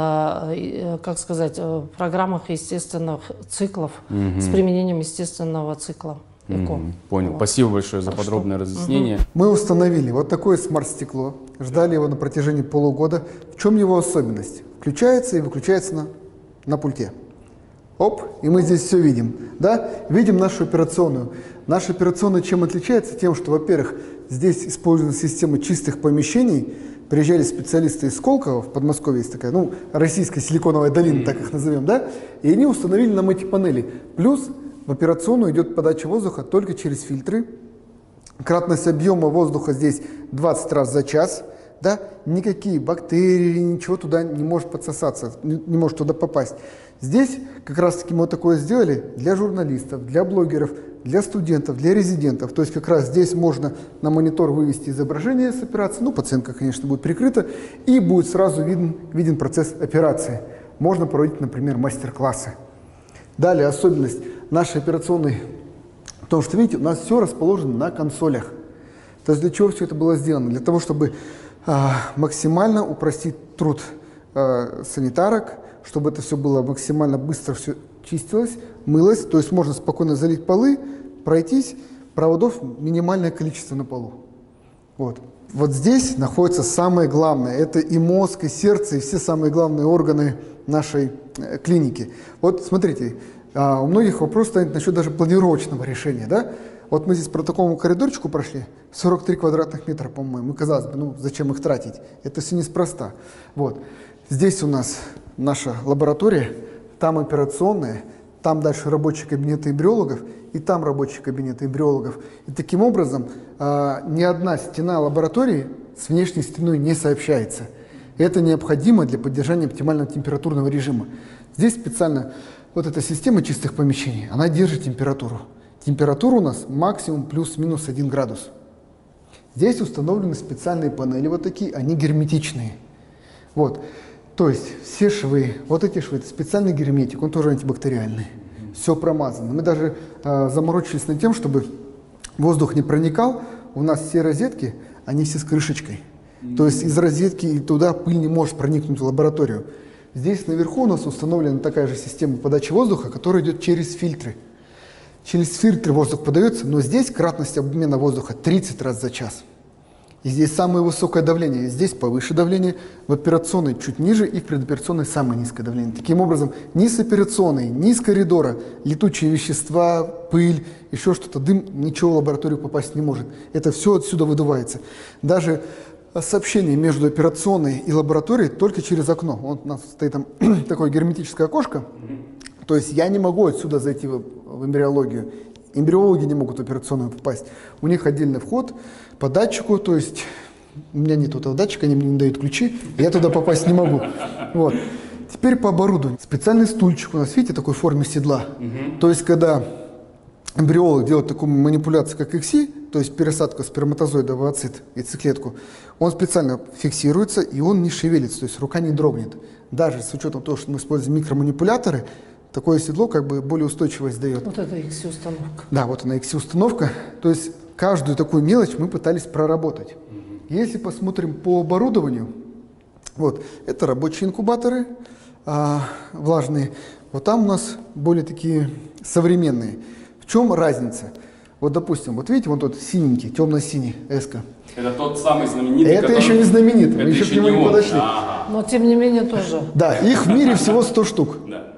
э, как сказать, э, программах естественных циклов mm-hmm. с применением естественного цикла. Mm-hmm. Понял. Вот. Спасибо большое за так подробное что? разъяснение. Mm-hmm. Мы установили вот такое смарт-стекло, ждали его на протяжении полугода. В чем его особенность? Включается и выключается на, на пульте. Оп, и мы здесь все видим, да? Видим нашу операционную. Наша операционная чем отличается? Тем, что, во-первых, здесь использована система чистых помещений. Приезжали специалисты из Сколково, в Подмосковье есть такая, ну, российская силиконовая долина, так их назовем, да? И они установили нам эти панели. Плюс в операционную идет подача воздуха только через фильтры. Кратность объема воздуха здесь двадцать раз за час. Да? Никакие бактерии, ничего туда не может подсосаться, не, не может туда попасть. Здесь как раз таки мы вот такое сделали для журналистов, для блогеров, для студентов, для резидентов. То есть как раз здесь можно на монитор вывести изображение с операции, ну пациентка, конечно, будет прикрыта, и будет сразу виден, виден процесс операции. Можно проводить, например, мастер-классы. Далее особенность нашей операционной в том, что, видите, у нас все расположено на консолях. То есть для чего все это было сделано? Для того, чтобы максимально упростить труд э, санитарок, чтобы это все было максимально быстро все чистилось, мылось, то есть можно спокойно залить полы, пройтись, проводов минимальное количество на полу. Вот. Вот здесь находится самое главное, это и мозг, и сердце, и все самые главные органы нашей э, клиники. Вот смотрите, э, у многих вопрос стоит насчет даже планировочного решения, да? Вот мы здесь по такому коридорчику прошли, сорок три квадратных метра, по-моему. Казалось бы, ну зачем их тратить? Это все неспроста. Вот. Здесь у нас наша лаборатория, там операционная, там дальше рабочие кабинеты эмбриологов, и там рабочие кабинеты эмбриологов. И таким образом э, ни одна стена лаборатории с внешней стеной не сообщается. И это необходимо для поддержания оптимального температурного режима. Здесь специально вот эта система чистых помещений, она держит температуру. Температура у нас максимум плюс-минус один градус. Здесь установлены специальные панели, вот такие, они герметичные. Вот. То есть все швы, вот эти швы, это специальный герметик, он тоже антибактериальный. Все промазано. Мы даже э, заморочились над тем, чтобы воздух не проникал. У нас все розетки, они все с крышечкой. То есть из розетки и туда пыль не может проникнуть в лабораторию. Здесь наверху у нас установлена такая же система подачи воздуха, которая идет через фильтры. Через фильтры воздух подается, но здесь кратность обмена воздуха тридцать раз за час. И здесь самое высокое давление, здесь повыше давление, в операционной чуть ниже и в предоперационной самое низкое давление. Таким образом, ни с операционной, ни с коридора летучие вещества, пыль, еще что-то, дым, ничего в лабораторию попасть не может. Это все отсюда выдувается. Даже сообщение между операционной и лабораторией только через окно. Вот у нас стоит там такое герметическое окошко, то есть я не могу отсюда зайти в, в эмбриологию. Эмбриологи не могут в операционную попасть. У них отдельный вход по датчику, то есть у меня нет этого датчика, они мне не дают ключи, я туда попасть не могу. Вот. Теперь по оборудованию. Специальный стульчик у нас, видите, такой в форме седла. Угу. То есть когда эмбриолог делает такую манипуляцию, как ИКСИ, то есть пересадку сперматозоида в ооцит, яйцеклетку, он специально фиксируется и он не шевелится, то есть рука не дрогнет. Даже с учетом того, что мы используем микроманипуляторы, такое седло как бы более устойчивость дает. Вот это ИКСИ-установка. Да, вот она ИКСИ-установка. То есть каждую такую мелочь мы пытались проработать. Mm-hmm. Если посмотрим по оборудованию, вот, это рабочие инкубаторы а, влажные. Вот там у нас более такие современные. В чем разница? Вот, допустим, вот видите, вот тот синенький, темно-синий эска. Это тот самый знаменитый, Это который... еще не знаменитый, это мы еще к нему не подошли. Ага. Но тем не менее тоже. Да, их в мире всего сто штук. Да.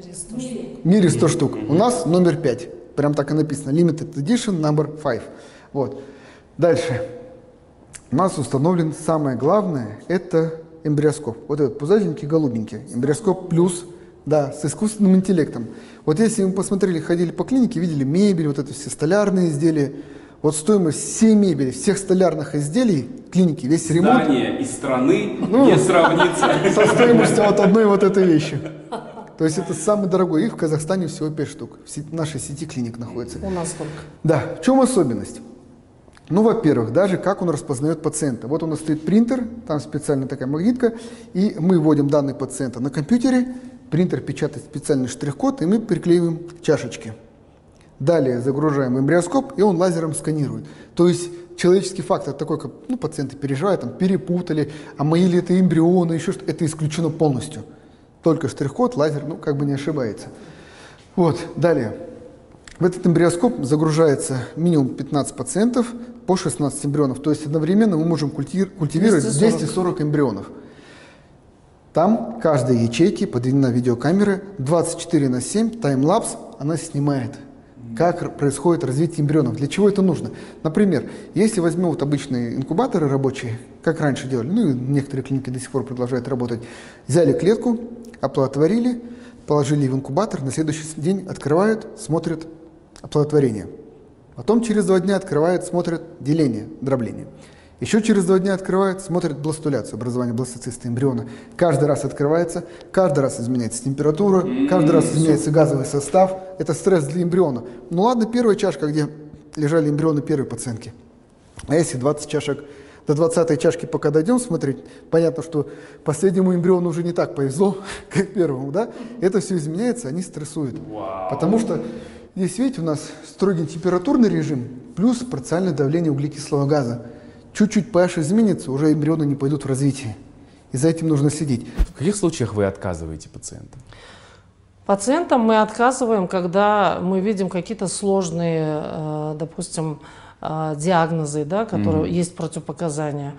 В мире сто штук. У нас номер пять. Прям так и написано. Limited Edition number five. Вот. Дальше. У нас установлен самое главное, это эмбриоскоп. Вот этот пузатенький, голубенький. Эмбриоскоп плюс, да, с искусственным интеллектом. Вот если мы посмотрели, ходили по клинике, видели мебель, вот это все столярные изделия. Вот стоимость всей мебели, всех столярных изделий клиники, весь ремонт. Здание из страны ну, не сравнится. Со стоимостью от одной вот этой вещи. То есть это самый дорогой. Их в Казахстане всего пять штук. В нашей сети клиник находится. У нас только. Да. В чем особенность? Ну, во-первых, даже как он распознает пациента. Вот у нас стоит принтер, там специальная такая магнитка, и мы вводим данные пациента на компьютере, принтер печатает специальный штрих-код, и мы приклеиваем к чашечке. Далее загружаем в эмбриоскоп, и он лазером сканирует. То есть человеческий фактор такой, как ну, пациенты переживают, там, перепутали, а мои ли это эмбрионы, еще что-то, это исключено полностью. Только штрих-код, лазер, ну, как бы не ошибается. Вот, далее. В этот эмбриоскоп загружается минимум пятнадцать пациентов по шестнадцать эмбрионов. То есть одновременно мы можем культивировать двести сорок эмбрионов. Там каждой ячейке подведена видеокамера двадцать четыре на семь, таймлапс, она снимает, как происходит развитие эмбрионов. Для чего это нужно? Например, если возьмем вот обычные инкубаторы рабочие, как раньше делали, ну и некоторые клиники до сих пор продолжают работать, взяли клетку, оплодотворили, положили в инкубатор, на следующий день открывают, смотрят оплодотворение. Потом через два дня открывают, смотрят деление, дробление. Еще через два дня открывают, смотрят бластуляцию, образование бластоциста эмбриона. Каждый раз открывается, каждый раз изменяется температура, каждый раз изменяется газовый состав. Это стресс для эмбриона. Ну ладно, первая чашка, где лежали эмбрионы первой пациентки. А если двадцать чашек, до двадцатой чашки пока дойдем смотреть, понятно, что последнему эмбриону уже не так повезло, как первому, да? Это все изменяется, они стрессуют. Вау. Потому что здесь, видите, у нас строгий температурный режим, плюс парциальное давление углекислого газа. Чуть-чуть pH изменится, уже эмбрионы не пойдут в развитие. И за этим нужно следить. В каких случаях вы отказываете пациентам? Пациентам мы отказываем, когда мы видим какие-то сложные, допустим, диагнозы, да, которые mm-hmm. есть противопоказания.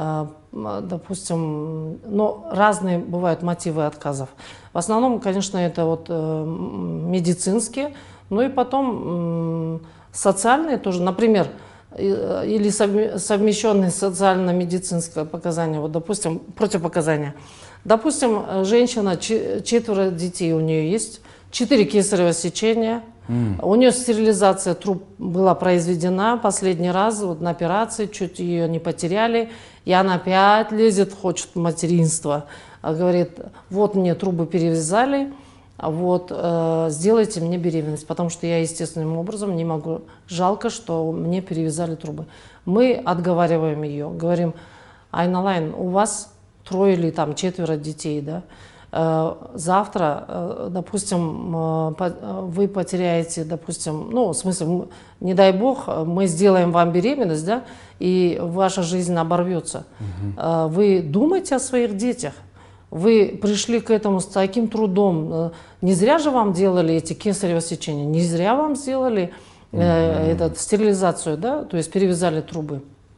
Допустим, но разные бывают мотивы отказов. В основном, конечно, это вот медицинские, ну и потом социальные тоже. Например, или совмещенные социально-медицинские показания, вот, допустим, противопоказания. Допустим, женщина, четверо детей у нее есть, четыре кесарево сечения, mm. у нее стерилизация труб была произведена последний раз вот, на операции, чуть ее не потеряли, и она опять лезет, хочет материнства, говорит, вот мне трубы перевязали, вот, э, сделайте мне беременность, потому что я естественным образом не могу. Жалко, что мне перевязали трубы. Мы отговариваем ее, говорим, Айналайн, у вас трое или там четверо детей, да? Э, завтра, э, допустим, э, по, вы потеряете, допустим, ну, в смысле, не дай бог, мы сделаем вам беременность, да, и ваша жизнь оборвется. Угу. Э, вы думайте о своих детях. Вы пришли к этому с таким трудом. Не зря же вам делали эти кесарево сечения, не зря вам сделали э, mm-hmm. этот, стерилизацию, да, то есть перевязали трубы.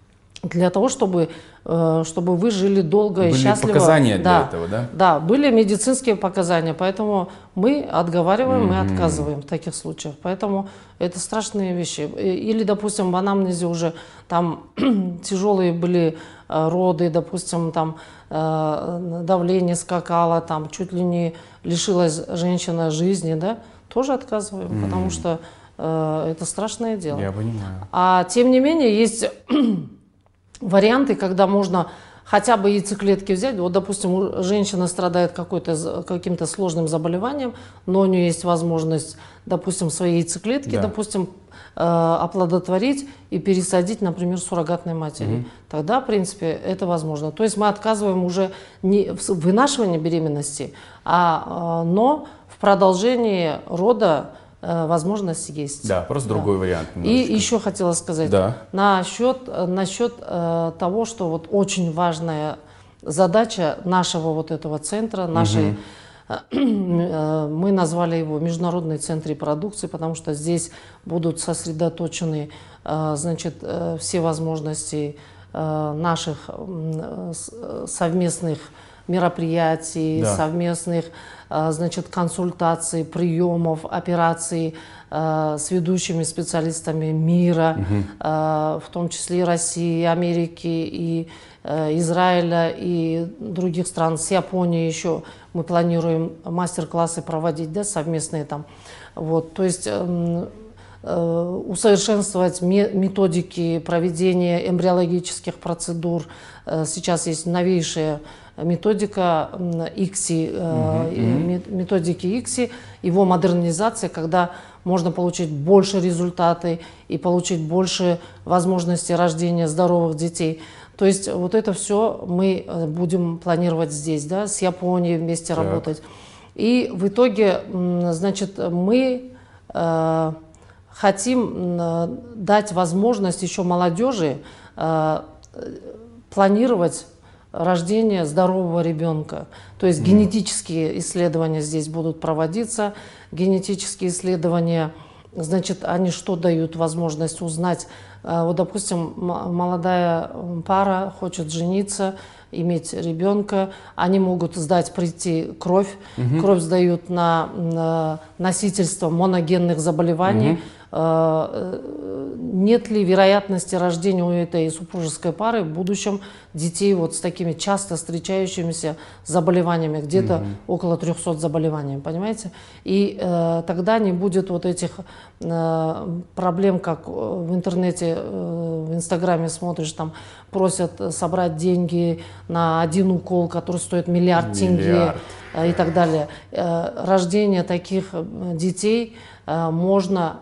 для того, чтобы, чтобы вы жили долго были и счастливо. Были показания для да, этого, да? Да, были медицинские показания, поэтому мы отговариваем, mm-hmm. мы отказываем в таких случаях. Поэтому это страшные вещи. Или, допустим, в анамнезе уже там тяжелые были роды, допустим, там давление скакало, там чуть ли не лишилась женщина жизни, да, тоже отказываем, mm-hmm. потому что э, это страшное дело. Я понимаю. А тем не менее есть варианты, когда можно хотя бы яйцеклетки взять. Вот, допустим, женщина страдает какой-то, каким-то сложным заболеванием, но у нее есть возможность, допустим, свои яйцеклетки, да. допустим, э, оплодотворить и пересадить, например, суррогатной матери. Угу. Тогда, в принципе, это возможно. То есть мы отказываем уже не в вынашивании беременности, а, э, но в продолжении рода возможность есть. Да, просто да. другой вариант. Немножечко. И еще хотела сказать да. насчет, насчет э, того, что вот очень важная задача нашего вот этого центра, нашей, угу. э, мы назвали его Международный центр репродукции, потому что здесь будут сосредоточены э, значит, э, все возможности э, наших э, совместных мероприятий, да. совместных значит, консультаций, приемов, операций э, с ведущими специалистами мира, угу. э, в том числе и России, и Америки, и э, Израиля, и других стран, с Японией еще мы планируем мастер-классы проводить, да, совместные там. Вот, то есть э, э, усовершенствовать методики проведения эмбриологических процедур. Э, сейчас есть новейшие методика икси, uh-huh. методики икси, его модернизация, когда можно получить больше результаты и получить больше возможностей рождения здоровых детей. То есть вот это все мы будем планировать здесь, да, с Японией вместе так. работать. И в итоге, значит, мы э, хотим дать возможность еще молодежи э, планировать рождение здорового ребенка. То есть mm. генетические исследования здесь будут проводиться. Генетические исследования, значит, они что дают возможность узнать? Вот, допустим, молодая пара хочет жениться, иметь ребенка, они могут сдать, прийти кровь. Mm-hmm. Кровь сдают на, на носительство моногенных заболеваний. Mm-hmm. Нет ли вероятности рождения у этой супружеской пары в будущем детей вот с такими часто встречающимися заболеваниями, где-то mm-hmm. около трёхсот заболеваний, понимаете? И э, тогда не будет вот этих э, проблем, как в интернете, э, в Инстаграме смотришь, там просят собрать деньги на один укол, который стоит миллиард, миллиард. тенге э, и так далее. Э, рождение таких детей э, можно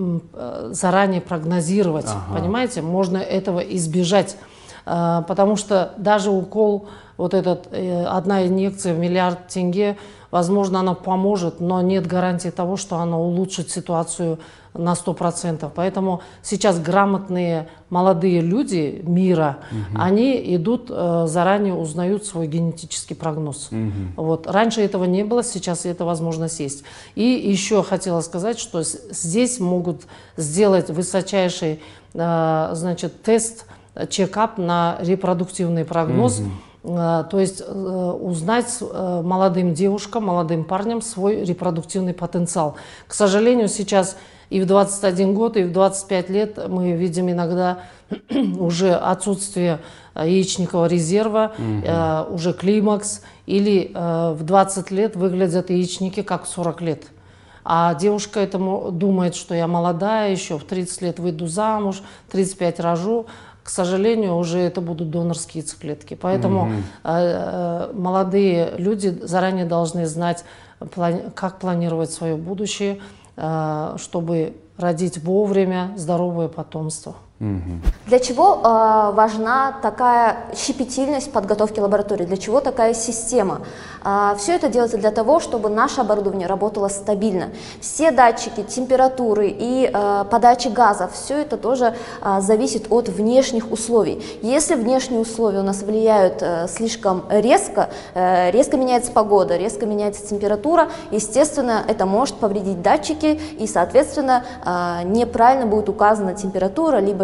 заранее прогнозировать, ага. понимаете, можно этого избежать, потому что даже укол, вот этот, одна инъекция в миллиард тенге, возможно, она поможет, но нет гарантии того, что она улучшит ситуацию на сто процентов. Поэтому сейчас грамотные молодые люди мира, угу. они идут, заранее узнают свой генетический прогноз. Угу. Вот. Раньше этого не было, сейчас эта возможность есть. И еще хотела сказать, что здесь могут сделать высочайший, значит, тест, чекап на репродуктивный прогноз. Угу. То есть узнать молодым девушкам, молодым парням свой репродуктивный потенциал. К сожалению, сейчас и в двадцать один год, и в двадцать пять лет мы видим иногда уже отсутствие яичникового резерва, угу. уже климакс, или в двадцать лет выглядят яичники как в сорок лет. А девушка этому думает, что я молодая, еще в тридцать лет выйду замуж, в тридцать пять рожу. К сожалению, уже это будут донорские яйцеклетки. Поэтому mm-hmm. э, молодые люди заранее должны знать, плани- как планировать свое будущее, э, чтобы родить вовремя здоровое потомство. Mm-hmm. Для чего э, важна такая щепетильность подготовки лаборатории? Для чего такая система? Э, все это делается для того, чтобы наше оборудование работало стабильно. Все датчики температуры и э, подачи газов, все это тоже э, зависит от внешних условий. Если внешние условия у нас влияют э, слишком резко, э, резко меняется погода, резко меняется температура, естественно, это может повредить датчики, и, соответственно, э, неправильно будет указана температура, либо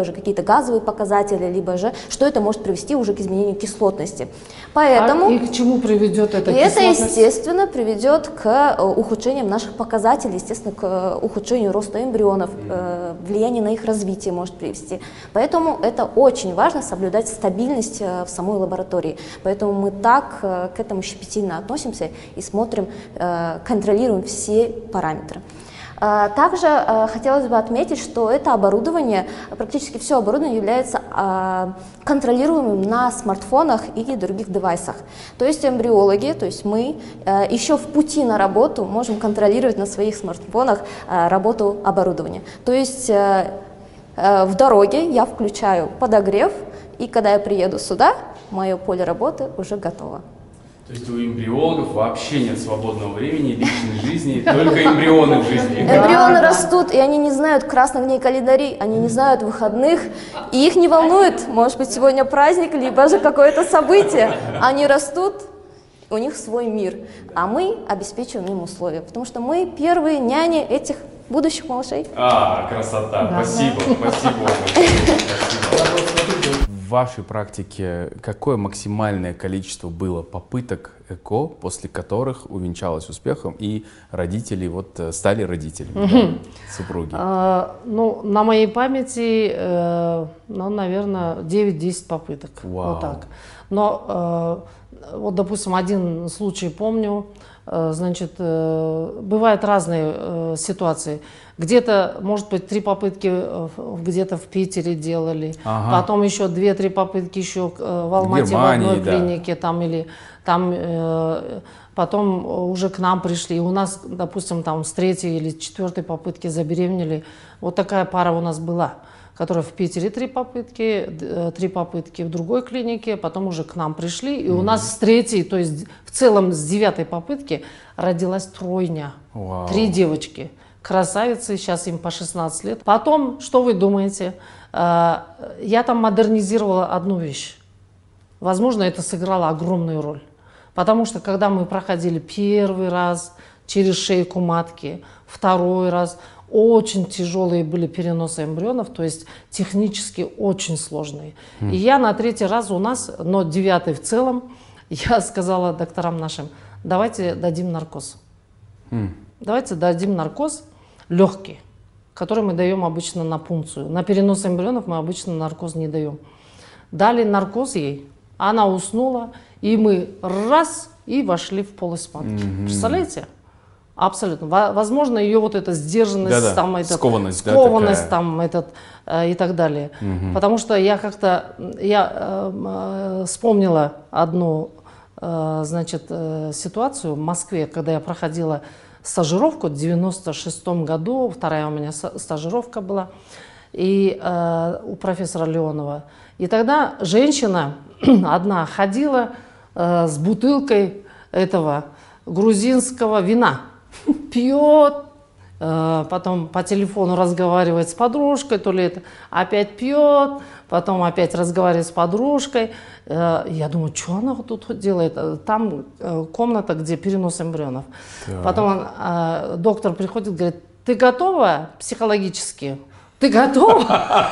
либо же какие-то газовые показатели, либо же что это может привести уже к изменению кислотности. Поэтому... А и к чему приведет эта и кислотность? это, естественно, приведет к ухудшению наших показателей, естественно, к ухудшению роста эмбрионов, влияние на их развитие может привести. Поэтому это очень важно соблюдать стабильность в самой лаборатории. Поэтому мы так к этому щепетильно относимся и смотрим, контролируем все параметры. Также хотелось бы отметить, что это оборудование, практически все оборудование является контролируемым на смартфонах и других девайсах. То есть эмбриологи, то есть мы еще в пути на работу можем контролировать на своих смартфонах работу оборудования. То есть в дороге я включаю подогрев, и когда я приеду сюда, мое поле работы уже готово. То есть у эмбриологов вообще нет свободного времени, личной жизни, только эмбрионы в жизни. Эмбрионы растут, и они не знают красных дней календарей, они не знают выходных, и их не волнует, может быть, сегодня праздник, либо же какое-то событие. Они растут, у них свой мир, а мы обеспечиваем им условия, потому что мы первые няни этих будущих малышей. А, красота, да. Спасибо, да. Спасибо. Спасибо. В вашей практике какое максимальное количество было попыток ЭКО, после которых увенчалось успехом и родители вот стали родителями, угу. Да, супруги? А, ну, на моей памяти, э, ну, наверное, девять-десять попыток. Вау. Вот так. Но э, вот, допустим, один случай помню. Значит, бывают разные ситуации. Где-то, может быть, три попытки где-то в Питере делали, ага. Потом еще две-три попытки еще в Алмате, Германии, в одной да. клинике, там, или там, потом уже к нам пришли. У нас, допустим, там с третьей или четвертой попытки забеременели. Вот такая пара у нас была, которая в Питере три попытки, три попытки в другой клинике, потом уже к нам пришли. И mm-hmm. у нас с третьей, то есть в целом с девятой попытки родилась тройня. Wow. Три девочки. Красавицы, сейчас им по шестнадцать лет. Потом, что вы думаете? Я там модернизировала одну вещь. Возможно, это сыграло огромную роль. Потому что когда мы проходили первый раз через шейку матки, второй раз, очень тяжелые были переносы эмбрионов, то есть технически очень сложные. Mm. И я на третий раз у нас, но девятый в целом, я сказала докторам нашим, давайте дадим наркоз. Mm. Давайте дадим наркоз легкий, который мы даем обычно на пункцию. На перенос эмбрионов мы обычно наркоз не даем. Дали наркоз ей, она уснула, и мы раз и вошли в полость матки. Mm-hmm. Представляете? Абсолютно. Возможно, ее вот эта сдержанность, да, да. Там, этот, скованность, скованность да, там, этот, э, и так далее. Угу. Потому что я как-то я, э, э, вспомнила одну э, значит, э, ситуацию в Москве, когда я проходила стажировку в девяносто шестом году, вторая у меня стажировка была, и, э, у профессора Леонова. И тогда женщина одна ходила э, с бутылкой этого грузинского вина. Пьет, потом по телефону разговаривает с подружкой, то ли это опять пьет, потом опять разговаривает с подружкой. Я думаю, что она вот тут делает? Там комната, где перенос эмбрионов. Да. Потом доктор приходит, говорит, ты готова психологически? Ты готова?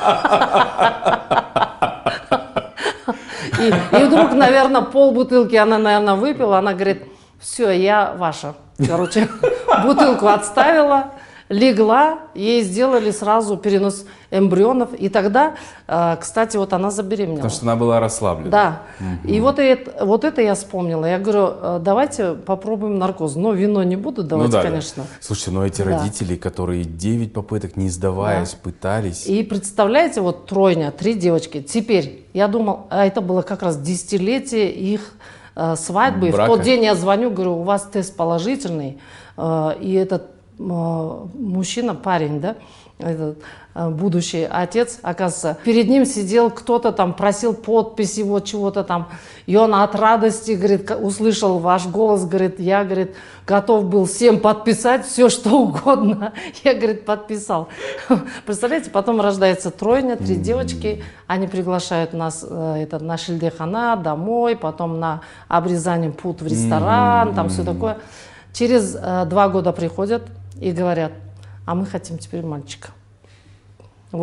И, и вдруг, наверное, полбутылки она, наверное, выпила. Она говорит, все, я ваша. Короче, бутылку отставила, легла, ей сделали сразу перенос эмбрионов. И тогда, кстати, вот она забеременела. Потому что она была расслаблена. Да. Угу. И вот это, вот это я вспомнила. Я говорю, давайте попробуем наркоз. Но вино не буду давать, ну, да, конечно. Да. Слушайте, но эти да. родители, которые девять попыток, не сдаваясь, да. пытались. И представляете, вот тройня, три девочки. Теперь, я думал, а это было как раз десятилетие их свадьбы. Брака. В тот день я звоню, говорю, у вас тест положительный. И этот мужчина, парень, да, этот будущий отец, оказывается, перед ним сидел кто-то там, просил подпись его чего-то там. И он от радости, говорит, услышал ваш голос, говорит, я, говорит, готов был всем подписать все, что угодно. Я, говорит, подписал. Представляете, потом рождается тройня, три mm-hmm. девочки. Они приглашают нас это, на Шильдехана домой, потом на обрезание пут в ресторан, mm-hmm. там все такое. Через э, два года приходят и говорят, а мы хотим теперь мальчика. Вот.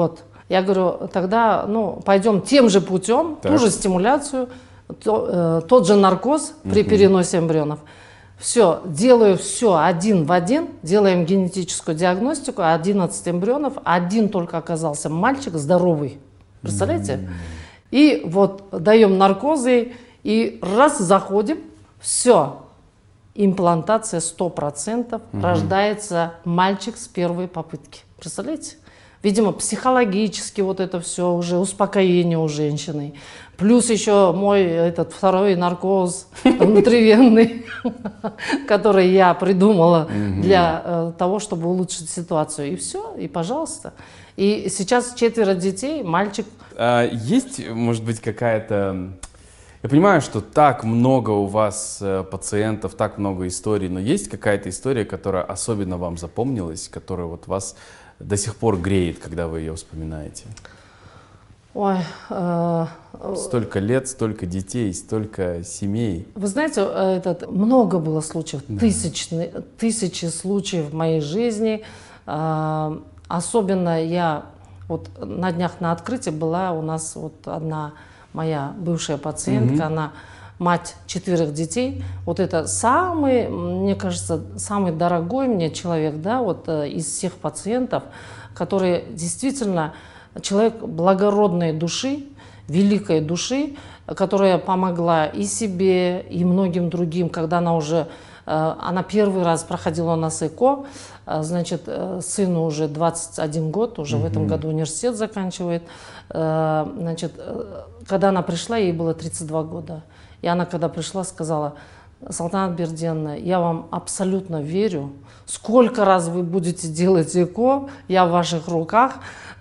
Я говорю, тогда ну, пойдем тем же путем, Так. ту же стимуляцию, то, э, тот же наркоз при Мгм. переносе эмбрионов. Все, делаю все один в один, делаем генетическую диагностику, одиннадцать эмбрионов, один только оказался мальчик здоровый. Представляете? И вот даем наркозы, и раз заходим, все, имплантация сто процентов, рождается мальчик с первой попытки. Представляете? Видимо, психологически вот это все уже успокоение у женщины. Плюс еще мой этот второй наркоз внутривенный, который я придумала для э, того, чтобы улучшить ситуацию. И все, и пожалуйста. И сейчас четверо детей, мальчик. А есть, может быть, какая-то... Я понимаю, что так много у вас э, пациентов, так много историй, но есть какая-то история, которая особенно вам запомнилась, которая вот вас до сих пор греет, когда вы ее вспоминаете? Ой, э, Столько лет, столько детей, столько семей. вы знаете, э, этот, много было случаев, тысячи, тысячи случаев в моей жизни. Э, особенно я вот на днях на открытии была у нас вот одна моя бывшая пациентка, она мать четверых детей. Вот это самый, мне кажется, самый дорогой мне человек, да, вот э, из всех пациентов, который действительно человек благородной души, великой души, которая помогла и себе, и многим другим, когда она уже, э, она первый раз проходила у нас ЭКО, э, значит, э, сыну уже двадцать один год, уже в этом году университет заканчивает, э, значит, э, когда она пришла, ей было тридцать два года. И она, когда пришла, сказала: Салтанат Бердиевна, я вам абсолютно верю. Сколько раз вы будете делать ЭКО, я в ваших руках.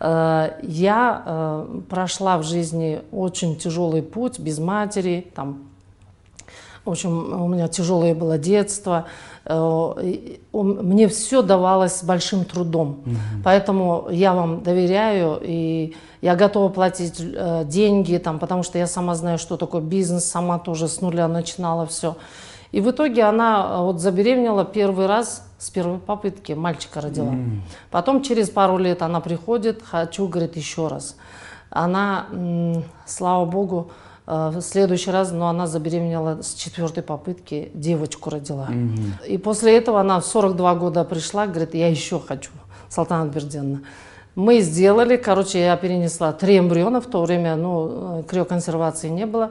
Я прошла в жизни очень тяжелый путь, без матери. Там, в общем, у меня тяжелое было детство. Мне все давалось с большим трудом. Mm-hmm. Поэтому я вам доверяю, и я готова платить э, деньги, там, потому что я сама знаю, что такое бизнес, сама тоже с нуля начинала все. И в итоге она вот забеременела первый раз с первой попытки, мальчика родила. Mm-hmm. Потом через пару лет она приходит, хочу, говорит, еще раз. Она, м- слава богу, в следующий раз, но она забеременела с четвертой попытки, девочку родила. Mm-hmm. И после этого она в сорок два года пришла, говорит, я еще хочу, Салтанат Бердиевна. Мы сделали, короче, я перенесла три эмбриона, в то время, ну, криоконсервации не было.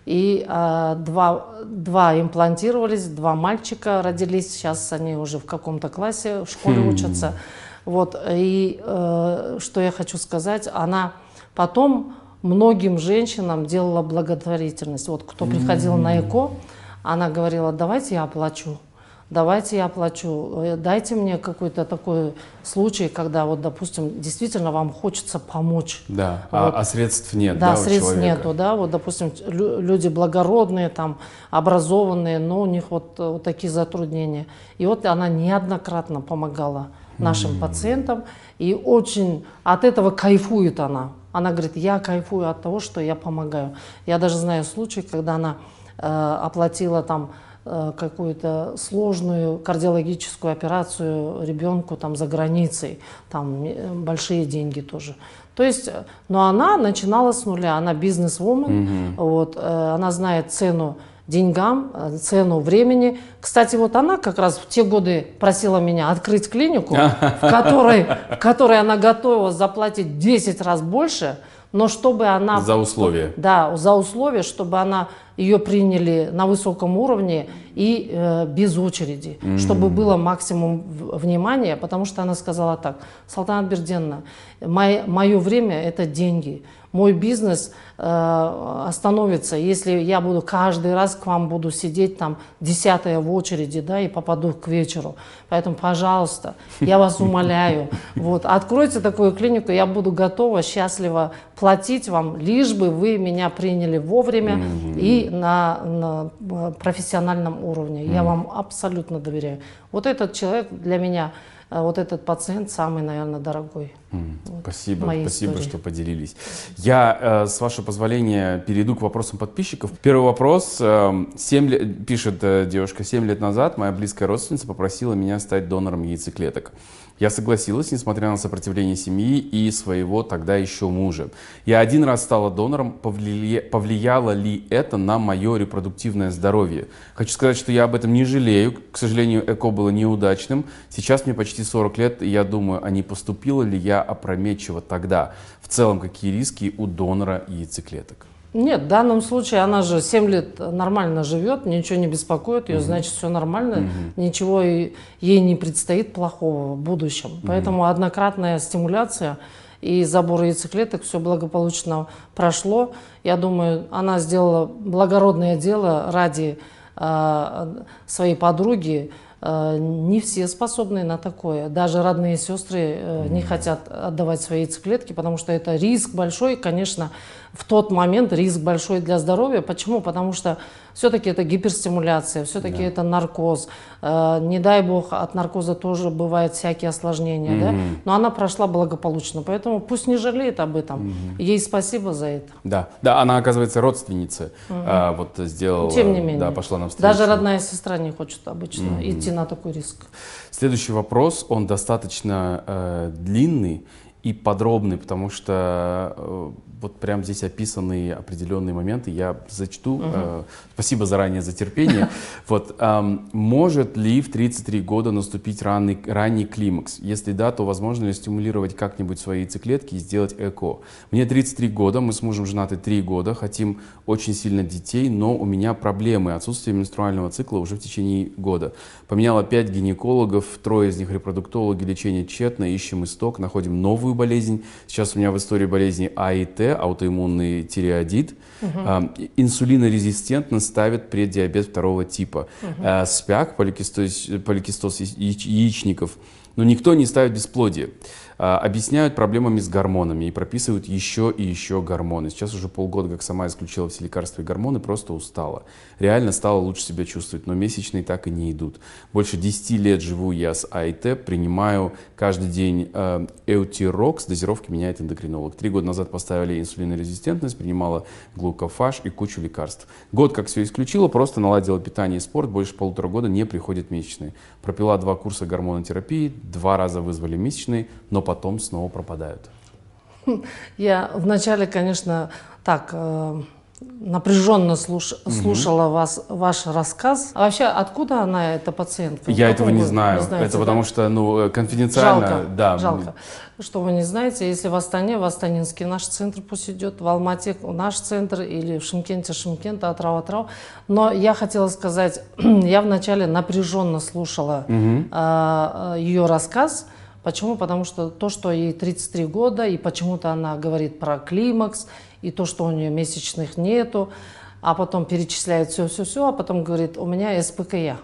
И а, два, два имплантировались, два мальчика родились, сейчас они уже в каком-то классе в школе mm-hmm. учатся. Вот, и э, что я хочу сказать, она потом многим женщинам делала благотворительность. Вот кто приходил mm-hmm. на ЭКО, она говорила, давайте я оплачу, давайте я оплачу, дайте мне какой-то такой случай, когда, вот, допустим, действительно вам хочется помочь. Да, вот. а, а средств нет, да, да, средств у человека? нету, да, вот, допустим, лю- люди благородные, там, образованные, но у них вот, вот такие затруднения. И вот она неоднократно помогала нашим mm-hmm. пациентам, и очень от этого кайфует она. Она говорит, я кайфую от того, что я помогаю. Я даже знаю случай, когда она э, оплатила там э, какую-то сложную кардиологическую операцию ребенку там за границей, там э, большие деньги тоже. То есть, но она начинала с нуля, она бизнес-вумен, mm-hmm. вот, э, она знает цену деньгам, цену времени. Кстати, вот она как раз в те годы просила меня открыть клинику, в которой, в которой она готова заплатить десять раз больше, но чтобы она... За условия. Да, за условия, чтобы она ее приняли на высоком уровне и э, без очереди, mm-hmm. чтобы было максимум внимания, потому что она сказала так: Салтанат Бердиевна, мое время – это деньги. Мой бизнес э, остановится, если я буду каждый раз к вам буду сидеть там десятая в очереди, да, и попаду к вечеру. Поэтому, пожалуйста, я вас умоляю, вот, откройте такую клинику, я буду готова, счастлива платить вам, лишь бы вы меня приняли вовремя mm-hmm. и на, на профессиональном уровне. Mm-hmm. Я вам абсолютно доверяю. Вот этот человек для меня, вот этот пациент самый, наверное, дорогой. Mm, вот, спасибо, спасибо, истории. что поделились. Я, э, с вашего позволения, перейду к вопросам подписчиков. Первый вопрос. Э, семь лет, пишет э, девушка, семь лет назад моя близкая родственница попросила меня стать донором яйцеклеток. Я согласилась, несмотря на сопротивление семьи и своего тогда еще мужа. Я один раз стала донором. Повли... Повлияло ли это на мое репродуктивное здоровье? Хочу сказать, что я об этом не жалею. К сожалению, ЭКО было неудачным. Сейчас мне почти сорок лет, и я думаю, а не поступила ли я опрометчиво тогда? В целом, какие риски у донора яйцеклеток? Нет, в данном случае она же семь лет нормально живет, ничего не беспокоит ее, mm-hmm. значит, все нормально, mm-hmm. ничего ей не предстоит плохого в будущем. Mm-hmm. Поэтому однократная стимуляция и забор яйцеклеток, все благополучно прошло. Я думаю, она сделала благородное дело ради э, своей подруги. Э, не все способны на такое. Даже родные сестры э, не хотят отдавать свои яйцеклетки, потому что это риск большой, конечно, в тот момент риск большой для здоровья. Почему? Потому что все-таки это гиперстимуляция, все-таки да. это наркоз. Э, не дай бог, от наркоза тоже бывают всякие осложнения. Mm-hmm. да? Но она прошла благополучно, поэтому пусть не жалеет об этом. Mm-hmm. Ей спасибо за это. Да, да, она, оказывается, родственница. Mm-hmm. а, вот сделала, Тем не менее, да, пошла навстречу. Даже родная сестра не хочет обычно mm-hmm. идти на такой риск. Следующий вопрос, он достаточно э, длинный и подробный, потому что э, вот прям здесь описаны определенные моменты, я зачту. Угу. Э, спасибо заранее за терпение. Вот, э, может ли в тридцать три года наступить ранний, ранний климакс? Если да, то возможно ли стимулировать как-нибудь свои яйцеклетки и сделать ЭКО? Мне тридцать три года, мы с мужем женаты три года, хотим очень сильно детей, но у меня проблемы, отсутствие менструального цикла уже в течение года. Поменяла пять гинекологов, трое из них репродуктологи, лечение тщетно, ищем исток, находим новую болезнь. Сейчас у меня в истории болезни АИТ, аутоиммунный тиреоидит. Угу. Uh, инсулинорезистентность ставит преддиабет второго типа. Угу. Uh, СПЯК, поликистоз, поликистоз яичников. Но никто не ставит бесплодие. А, объясняют проблемами с гормонами и прописывают еще и еще гормоны. Сейчас уже полгода, как сама исключила все лекарства и гормоны, просто устала. Реально стала лучше себя чувствовать, но месячные так и не идут. Больше десяти лет живу я с АИТ, принимаю каждый день э, Эутирокс, дозировки меняет эндокринолог. Три года назад поставили инсулинорезистентность, принимала глукофаж и кучу лекарств. Год как все исключила, просто наладила питание и спорт, больше полутора года не приходят месячные. Пропила два курса гормонотерапии, два раза вызвали месячные, но потом снова пропадают. Я вначале, конечно, так э, напряженно слуш, слушала угу. вас, ваш рассказ. А вообще, откуда она, эта пациентка? Я этого не знаю. Не знаете, это да? потому что, ну, конфиденциально. Жалко, да. жалко. Что вы не знаете, если в Астане, в Астанинский наш центр пусть идет, в Алмате наш центр, или в Шымкенте, Шымкент, Атрау, Атрау. Но я хотела сказать, я вначале напряженно слушала угу. э, ее рассказ. Почему? Потому что то, что ей тридцать три года, и почему-то она говорит про климакс, и то, что у нее месячных нету, а потом перечисляет все-все-все, а потом говорит, у меня СПКЯ,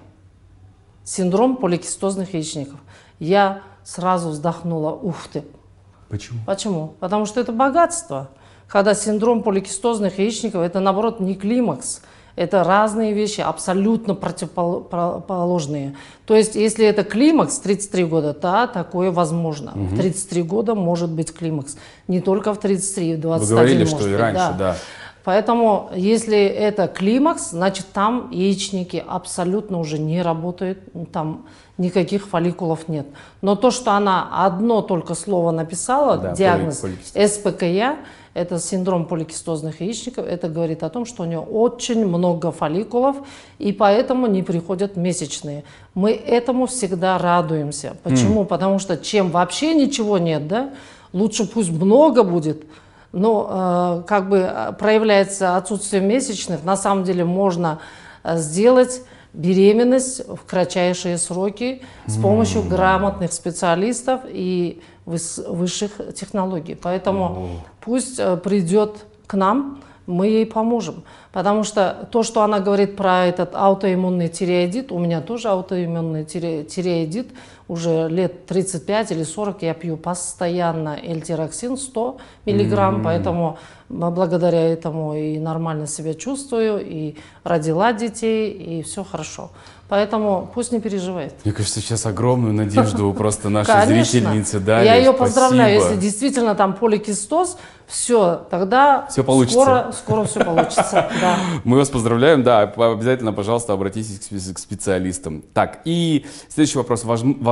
синдром поликистозных яичников. Я сразу вздохнула, ух ты. Почему? Почему? Потому что это богатство. Когда синдром поликистозных яичников, это наоборот не климакс. Это разные вещи, абсолютно противоположные. То есть, если это климакс тридцать три года, да, такое возможно. Угу. В тридцать три года может быть климакс. Не только в тридцать три, в двадцать один. Вы говорили, может что быть, и раньше, да. да. Поэтому, если это климакс, значит, там яичники абсолютно уже не работают, там никаких фолликулов нет. Но то, что она одно только слово написала, да, диагноз СПКЯ, это синдром поликистозных яичников, это говорит о том, что у нее очень много фолликулов, и поэтому не приходят месячные. Мы этому всегда радуемся. Почему? Mm. Потому что чем вообще ничего нет, да, лучше пусть много будет, но э, как бы проявляется отсутствие месячных, на самом деле можно сделать беременность в кратчайшие сроки с помощью грамотных специалистов и высших технологий. Поэтому пусть придет к нам, мы ей поможем. Потому что то, что она говорит про этот аутоиммунный тиреоидит, у меня тоже аутоиммунный тиреоидит, уже лет тридцать пять или сорок я пью постоянно эльтироксин сто миллиграмм, mm-hmm. поэтому благодаря этому и нормально себя чувствую, и родила детей, и все хорошо. Поэтому пусть не переживает. Мне кажется, сейчас огромную надежду просто нашей Конечно. зрительницы дали. Я ее Спасибо. поздравляю, если действительно там поликистоз, все, тогда все получится. Скоро, скоро все получится. Да. Мы вас поздравляем, да, обязательно, пожалуйста, обратитесь к специалистам. Так, и следующий вопрос. Возможно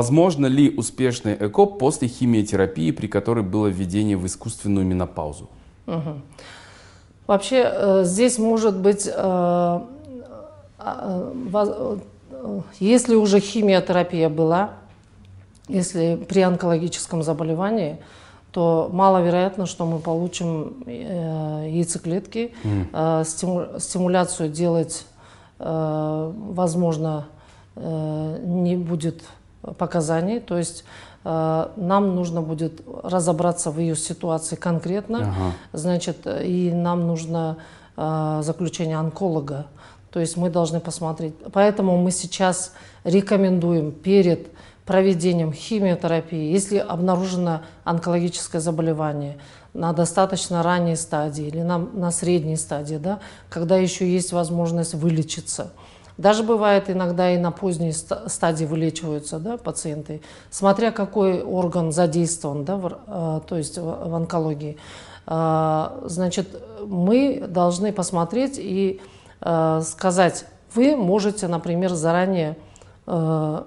Возможно ли успешный ЭКО после химиотерапии, при которой было введение в искусственную менопаузу? Угу. Вообще э, здесь может быть, э, э, э, если уже химиотерапия была, если при онкологическом заболевании, то маловероятно, что мы получим э, яйцеклетки. Mm. Э, стиму, стимуляцию делать, э, возможно, э, не будет показаний. То есть э, нам нужно будет разобраться в ее ситуации конкретно. Ага. Значит, и нам нужно э, заключение онколога. То есть мы должны посмотреть. Поэтому мы сейчас рекомендуем перед проведением химиотерапии, если обнаружено онкологическое заболевание на достаточно ранней стадии или на, на средней стадии, да, когда еще есть возможность вылечиться. Даже бывает иногда и на поздней стадии вылечиваются, да, пациенты, смотря какой орган задействован, да, в, э, то есть в, в онкологии. Э, значит, мы должны посмотреть и э, сказать, вы можете, например, заранее э,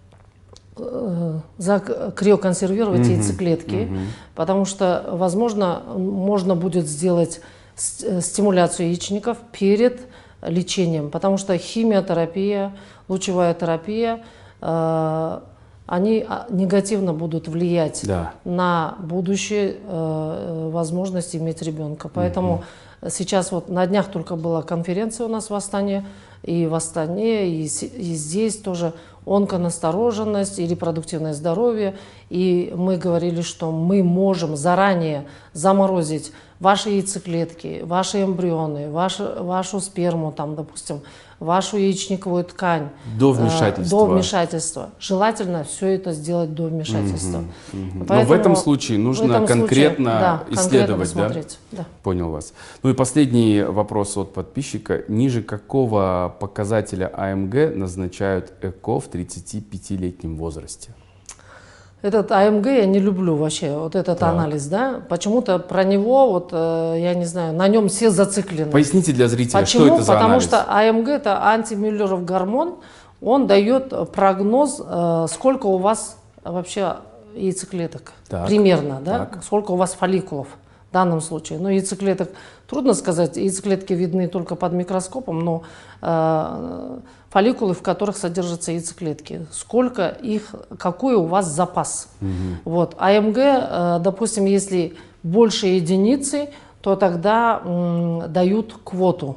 криоконсервировать mm-hmm. яйцеклетки, mm-hmm. потому что, возможно, можно будет сделать стимуляцию яичников перед лечением, потому что химиотерапия, лучевая терапия, э, они негативно будут влиять да. на будущее э, возможность иметь ребенка. Поэтому mm-hmm. сейчас вот на днях только была конференция у нас в Астане, и в Астане, и, и здесь тоже онконастороженность и репродуктивное здоровье. И мы говорили, что мы можем заранее заморозить ваши яйцеклетки, ваши эмбрионы, ваши, вашу сперму, там, допустим, вашу яичниковую ткань. До вмешательства. Э, до вмешательства. Желательно все это сделать до вмешательства. Угу, угу. Но в этом случае нужно этом конкретно случае, да, исследовать, конкретно да? да? Понял вас. Ну и последний вопрос от подписчика. Ниже какого показателя АМГ назначают ЭКО в тридцатипятилетнем возрасте? Этот АМГ я не люблю вообще, вот этот так. анализ, да. Почему-то про него, вот, э, я не знаю, на нем все зациклены. Поясните для зрителя, Почему? что это за Потому анализ? Потому что АМГ это антимюллеров гормон, он дает прогноз, э, сколько у вас вообще яйцеклеток, так. примерно, да, так. сколько у вас фолликулов в данном случае. Но яйцеклеток трудно сказать, яйцеклетки видны только под микроскопом, но э, фолликулы, в которых содержатся яйцеклетки, сколько их, какой у вас запас. Угу. Вот. АМГ, э, допустим, если больше единицы, то тогда м, дают квоту.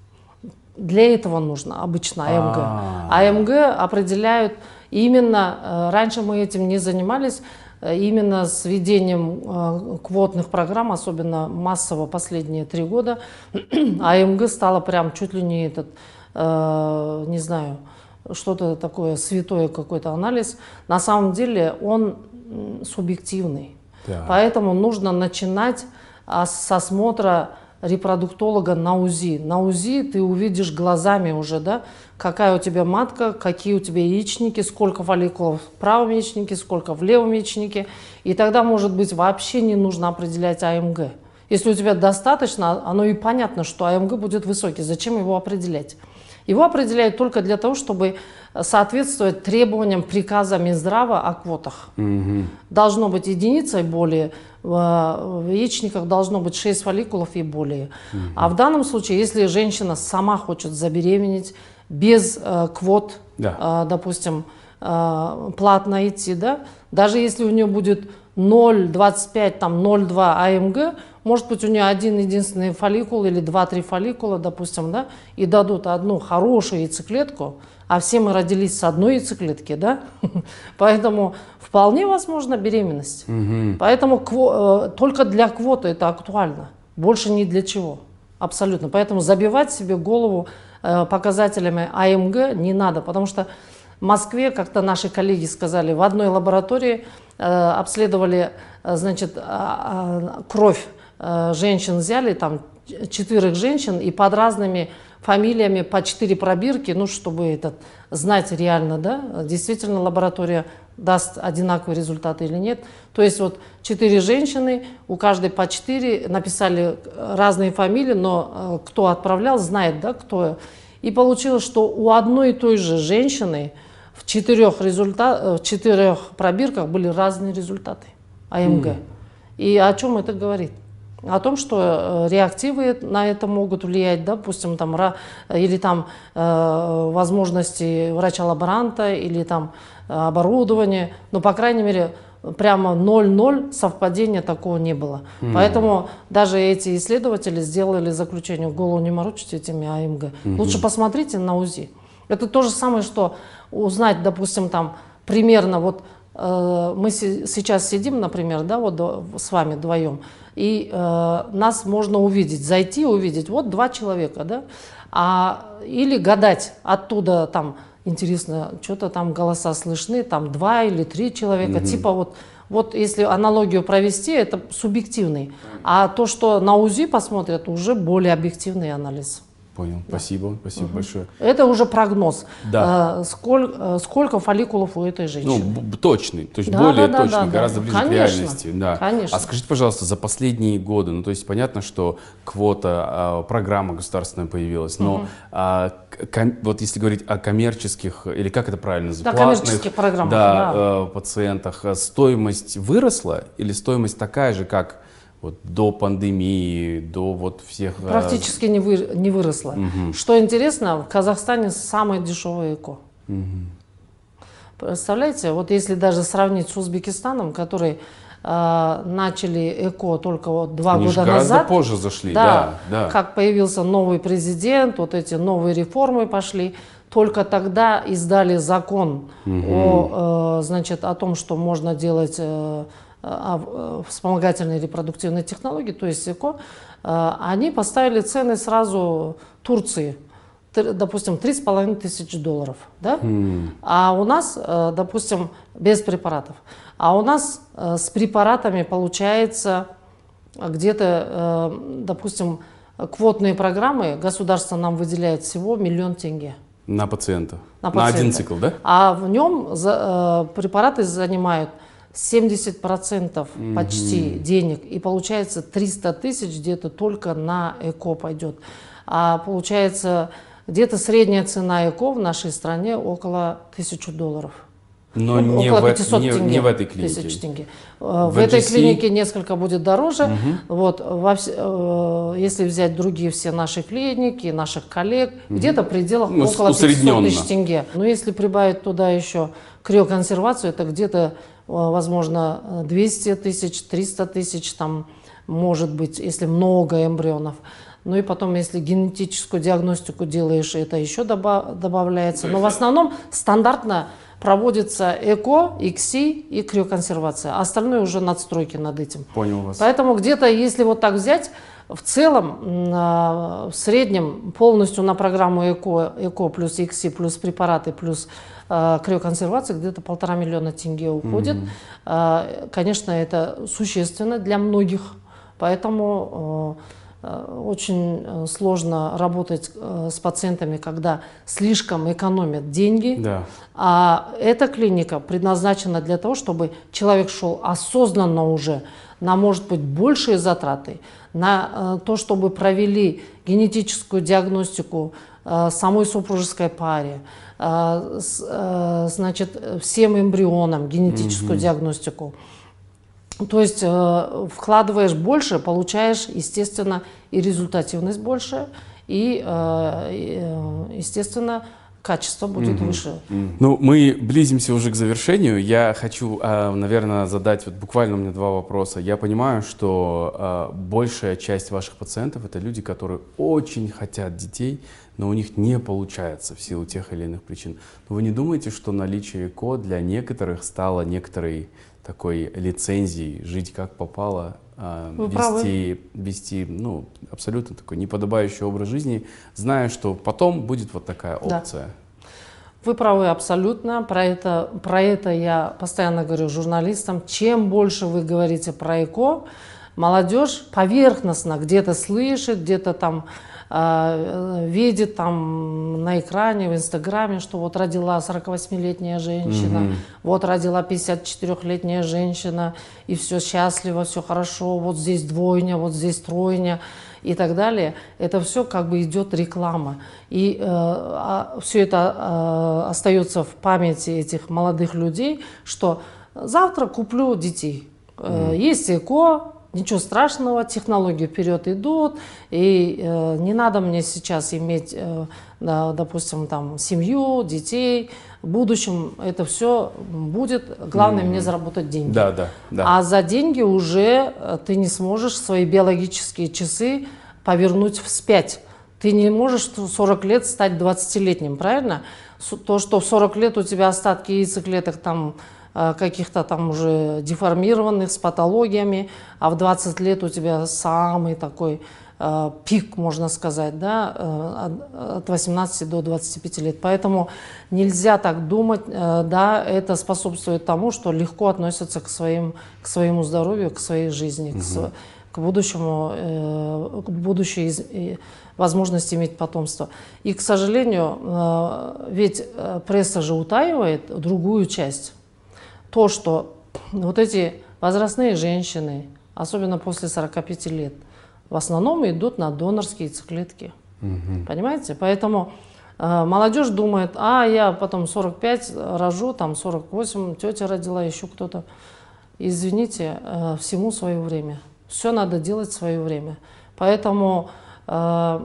Для этого нужно обычно АМГ. А-а-а. АМГ определяют именно, э, раньше мы этим не занимались, э, именно с введением э, квотных программ, особенно массово последние три года, АМГ стало прям чуть ли не этот, э, не знаю, что-то такое святое, какой-то анализ. На самом деле он субъективный. Да. Поэтому нужно начинать а, с осмотра репродуктолога на УЗИ. На УЗИ ты увидишь глазами уже, да, какая у тебя матка, какие у тебя яичники, сколько фолликулов в правом яичнике, сколько в левом яичнике. И тогда, может быть, вообще не нужно определять АМГ. Если у тебя достаточно, оно и понятно, что АМГ будет высокий. Зачем его определять? Его определяют только для того, чтобы соответствовать требованиям приказа Минздрава о квотах. Угу. Должно быть единица и более, в яичниках должно быть шесть фолликулов и более. Угу. А в данном случае, если женщина сама хочет забеременеть без э, квот, да. э, допустим, э, платно идти, да, даже если у нее будет ноль двадцать пять, там ноль целых два АМГ, может быть, у нее один единственный фолликул или два-три фолликула, допустим, да, и дадут одну хорошую яйцеклетку, а все мы родились с одной яйцеклетки, да, поэтому вполне возможна беременность. Угу. Поэтому кво- только для квоты это актуально, больше ни для чего, абсолютно. Поэтому забивать себе голову э, показателями АМГ не надо, потому что в Москве, как-то наши коллеги сказали, в одной лаборатории э, обследовали, э, значит, э, э, кровь э, женщин, взяли там четверых женщин и под разными фамилиями по четыре пробирки, ну, чтобы этот, знать реально, да, действительно лаборатория даст одинаковые результаты или нет. То есть вот четыре женщины, у каждой по четыре, написали разные фамилии, но э, кто отправлял, знает, да, кто. И получилось, что у одной и той же женщины в четырех, результа... в четырех пробирках были разные результаты АМГ. Mm. И о чем это говорит? О том, что реактивы на это могут влиять, допустим, там, или там э, возможности врача-лаборанта, или там оборудование, но, по крайней мере, прямо ноль-ноль совпадения такого не было. Mm. Поэтому даже эти исследователи сделали заключение: голову не морочите этими АМГ. Mm-hmm. Лучше посмотрите на УЗИ. Это то же самое, что узнать, допустим, там примерно вот э, мы си сейчас сидим, например, да, вот до, с вами вдвоем, и э, нас можно увидеть, зайти увидеть, вот два человека, да, а, или гадать оттуда там. Интересно, что-то там голоса слышны, там два или три человека, mm-hmm. типа вот, вот если аналогию провести, это субъективный, а то, что на УЗИ посмотрят, уже более объективный анализ. Понял, да. Спасибо, спасибо угу. большое. Это уже прогноз, да. э, сколь, э, сколько фолликулов у этой женщины. Ну, точный, то есть да, более да, точный, да, гораздо да. ближе Конечно, к реальности. Да. Конечно. А скажите, пожалуйста, за последние годы, ну то есть понятно, что квота, э, программа государственная появилась, но угу. э, ком, вот если говорить о коммерческих, или как это правильно, да, коммерческих программах, да, да. Э, пациентах, стоимость выросла или стоимость такая же, как вот до пандемии, до вот всех... Практически не, вы, не выросла. Угу. Что интересно, в Казахстане самое дешевое ЭКО. Угу. Представляете, вот если даже сравнить с Узбекистаном, который э, начали ЭКО только вот два Они года гораздо назад. позже зашли, да, да, да. Как появился новый президент, вот эти новые реформы пошли, только тогда издали закон угу. о, э, значит, о том, что можно делать... Э, вспомогательные репродуктивные технологии, то есть ЭКО, они поставили цены сразу Турции, допустим, три с половиной тысячи долларов, да? Mm. А у нас, допустим, без препаратов, а у нас с препаратами получается где-то, допустим, квотные программы государство нам выделяет всего миллион тенге. На пациента? На, на один цикл, да? А в нем препараты занимают семьдесят процентов mm-hmm. почти денег, и получается триста тысяч где-то только на ЭКО пойдет. А получается где-то средняя цена ЭКО в нашей стране около тысячи долларов. Но ну, не, около в, пятисот не, тенге, не в этой клинике. Тысяч тенге. В, в этой клинике несколько будет дороже. Mm-hmm. Вот, во, э, если взять другие все наши клиники, наших коллег, mm-hmm. где-то в пределах ну, около пятисот тысяч тенге. Но если прибавить туда еще криоконсервацию, это где-то возможно двести тысяч, триста тысяч, там, может быть, если много эмбрионов. Ну и потом, если генетическую диагностику делаешь, это еще добав, добавляется. Но в основном стандартно проводится ЭКО, ИКСИ и криоконсервация. А остальное уже надстройки над этим. Понял вас. Поэтому где-то, если вот так взять, в целом, в среднем, полностью на программу ЭКО, ЭКО плюс ИКСИ, плюс препараты, плюс криоконсервации, где-то полтора миллиона тенге уходит. Mm-hmm. Конечно, это существенно для многих, поэтому очень сложно работать с пациентами, когда слишком экономят деньги. Да. А эта клиника предназначена для того, чтобы человек шел осознанно уже на, может быть, большие затраты, на то, чтобы провели генетическую диагностику самой супружеской паре, значит, всем эмбрионам генетическую mm-hmm. диагностику. То есть э, вкладываешь больше, получаешь, естественно, и результативность больше, и, э, естественно, качество будет mm-hmm. выше. Mm-hmm. Ну, мы близимся уже к завершению. Я хочу, э, наверное, задать, вот буквально у меня два вопроса. Я понимаю, что э, большая часть ваших пациентов — это люди, которые очень хотят детей, но у них не получается в силу тех или иных причин. Но вы не думаете, что наличие ЭКО для некоторых стало некоторой такой лицензией жить как попало, э, вести, вести ну, абсолютно такой неподобающий образ жизни, зная, что потом будет вот такая опция? Да. Вы правы абсолютно. Про это, про это я постоянно говорю журналистам. Чем больше вы говорите про ЭКО, молодежь поверхностно где-то слышит, где-то там э, видит там на экране, в Инстаграме, что вот родила сорокавосьмилетняя женщина, mm-hmm. вот родила пятидесятичетырёхлетняя женщина, и все счастливо, все хорошо, вот здесь двойня, вот здесь тройня и так далее. Это все как бы идет реклама. И э, а, все это э, остается в памяти этих молодых людей, что завтра куплю детей. Э, mm. Есть ЭКО, ничего страшного, технологии вперед идут, и э, не надо мне сейчас иметь, э, да, допустим, там, семью, детей. В будущем это все будет, главное mm-hmm. мне заработать деньги. Да, да, да. А за деньги уже ты не сможешь свои биологические часы повернуть вспять. Ты не можешь в сорок лет стать двадцатилетним, правильно? То, что в сорок лет у тебя остатки яйцеклеток там каких-то там уже деформированных, с патологиями, а в двадцать лет у тебя самый такой э, пик, можно сказать, да, э, от восемнадцати до двадцати пяти лет. Поэтому нельзя так думать, э, да, это способствует тому, что легко относятся к, своим, к своему здоровью, к своей жизни, угу. к, к будущему, э, к будущей э, возможности иметь потомство. И, к сожалению, э, ведь пресса же утаивает другую часть. То, что вот эти возрастные женщины, особенно после сорока пяти лет, в основном идут на донорские яйцеклетки. Угу. Понимаете? Поэтому э, молодежь думает, а я потом сорок пять рожу, там сорок восемь, тетя родила, еще кто-то. Извините, э, всему свое время. Все надо делать в свое время. Поэтому э,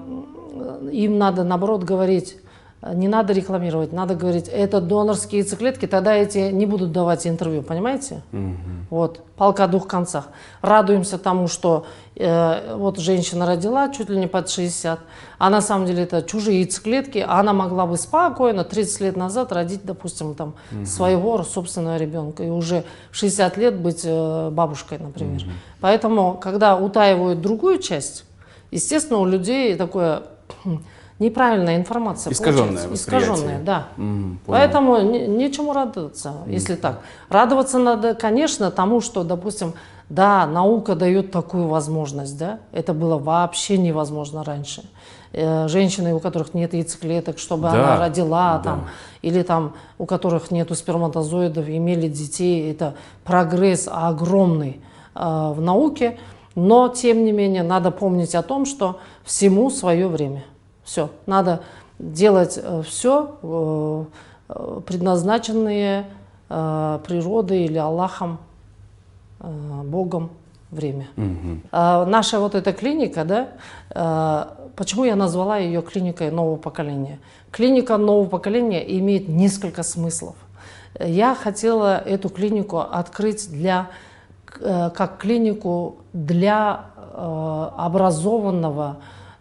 им надо, наоборот, говорить, не надо рекламировать, надо говорить, это донорские яйцеклетки, тогда эти не будут давать интервью, понимаете? Mm-hmm. Вот, палка о двух концах. Радуемся тому, что э, вот женщина родила чуть ли не под шестьдесят, а на самом деле это чужие яйцеклетки, а она могла бы спокойно тридцать лет назад родить, допустим, там, mm-hmm. своего собственного ребенка и уже в шестьдесят лет быть э, бабушкой, например. Mm-hmm. Поэтому, когда утаивают другую часть, естественно, у людей такое... Неправильная информация. Искаженная. Искаженная, да. Mm, Поэтому не, нечему радоваться, mm. если так. Радоваться надо, конечно, тому, что, допустим, да, наука дает такую возможность, да. Это было вообще невозможно раньше. Э, женщины, у которых нет яйцеклеток, чтобы да. она родила, да. там, или там, у которых нету сперматозоидов, имели детей, это прогресс огромный э, в науке. Но, тем не менее, надо помнить о том, что всему свое время. Все, надо делать э, все, э, э, предназначенное э, природой или Аллахом, э, Богом время. Mm-hmm. э, наша вот эта клиника, да, э, почему я назвала ее клиникой нового поколения? Клиника нового поколения имеет несколько смыслов. Я хотела эту клинику открыть для, э, как клинику для э, образованного,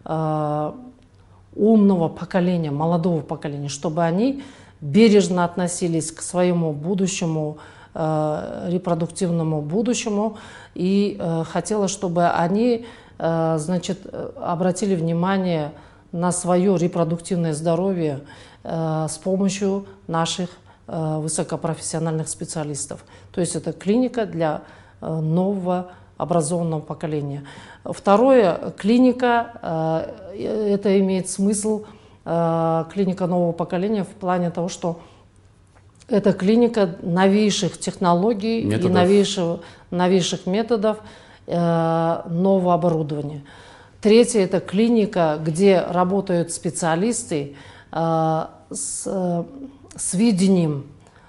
э, умного поколения, молодого поколения, чтобы они бережно относились к своему будущему, э, репродуктивному будущему, и э, хотела, чтобы они, э, значит, обратили внимание на свое репродуктивное здоровье э, с помощью наших э, высокопрофессиональных специалистов. То есть это клиника для э, нового образованного поколения. Второе, клиника, э, это имеет смысл, э, клиника нового поколения в плане того, что это клиника новейших технологий методов. и новейших, новейших методов, э, нового оборудования. Третье, это клиника, где работают специалисты э, с, э, с видением,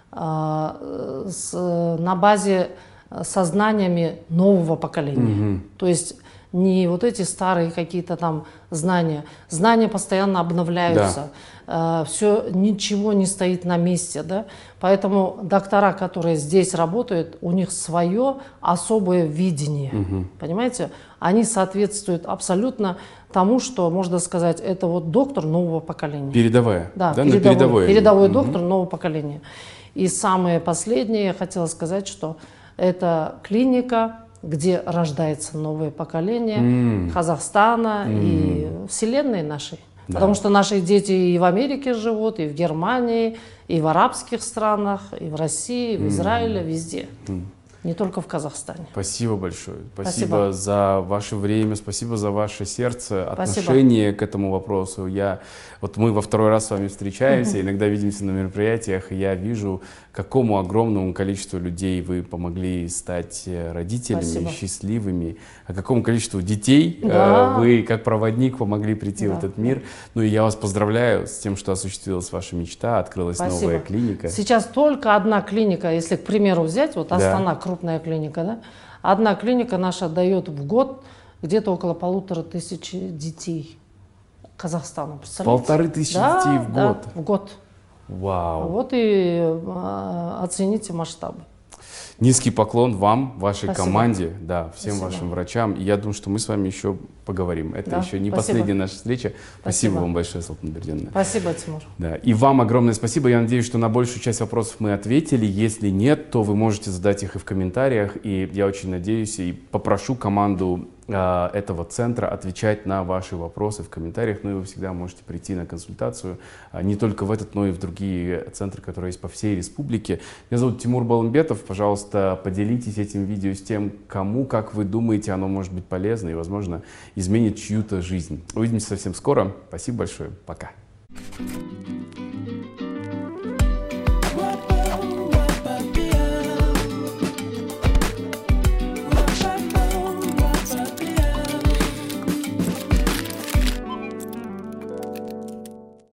э, с, на базе сознаниями нового поколения. Угу. То есть не вот эти старые какие-то там знания. Знания постоянно обновляются. Да. Э, все, ничего не стоит на месте. Да? Поэтому доктора, которые здесь работают, у них свое особое видение. Угу. Понимаете? Они соответствуют абсолютно тому, что, можно сказать, это вот доктор нового поколения. Передовая. Да, да передовой, передовой, передовой угу. доктор нового поколения. И самое последнее, я хотела сказать, что это клиника, где рождается новое поколение mm. Казахстана mm. и вселенной нашей. Да. Потому что наши дети и в Америке живут, и в Германии, и в арабских странах, и в России, и в Израиле, mm. везде. Mm. не только в Казахстане. Спасибо большое. Спасибо, Спасибо. за ваше время, спасибо за ваше сердце, Спасибо. отношение к этому вопросу. Я, вот мы во второй раз с вами встречаемся, Мгм. иногда видимся на мероприятиях, и я вижу, какому огромному количеству людей вы помогли стать родителями, Спасибо. счастливыми, а какому количеству детей Да. э, вы, как проводник, помогли прийти Да. в этот мир. Ну и я вас поздравляю с тем, что осуществилась ваша мечта, открылась Спасибо. новая клиника. Сейчас только одна клиника, если, к примеру, взять, вот Да. Астана, крупная клиника, да? Одна клиника наша дает в год где-то около полутора тысяч детей Казахстану. Представляете? Полторы тысячи Да, детей в да, год. в год. Вау. Вот и а, оцените масштабы. Низкий поклон вам, вашей Спасибо. команде, да, всем Спасибо. вашим врачам. И я думаю, что мы с вами еще поговорим. Это Да, еще не спасибо. последняя наша встреча. Спасибо, Спасибо. вам большое, Салтан Бердиевна. Спасибо, Тимур. Да. И вам огромное спасибо. Я надеюсь, что на большую часть вопросов мы ответили. Если нет, то вы можете задать их и в комментариях. И я очень надеюсь и попрошу команду э, этого центра отвечать на ваши вопросы в комментариях. Ну и вы всегда можете прийти на консультацию а, не только в этот, но и в другие центры, которые есть по всей республике. Меня зовут Тимур Балымбетов. Пожалуйста, поделитесь этим видео с тем, кому, как вы думаете, оно может быть полезно и, возможно, изменит чью-то жизнь. Увидимся совсем скоро. Спасибо большое. Пока.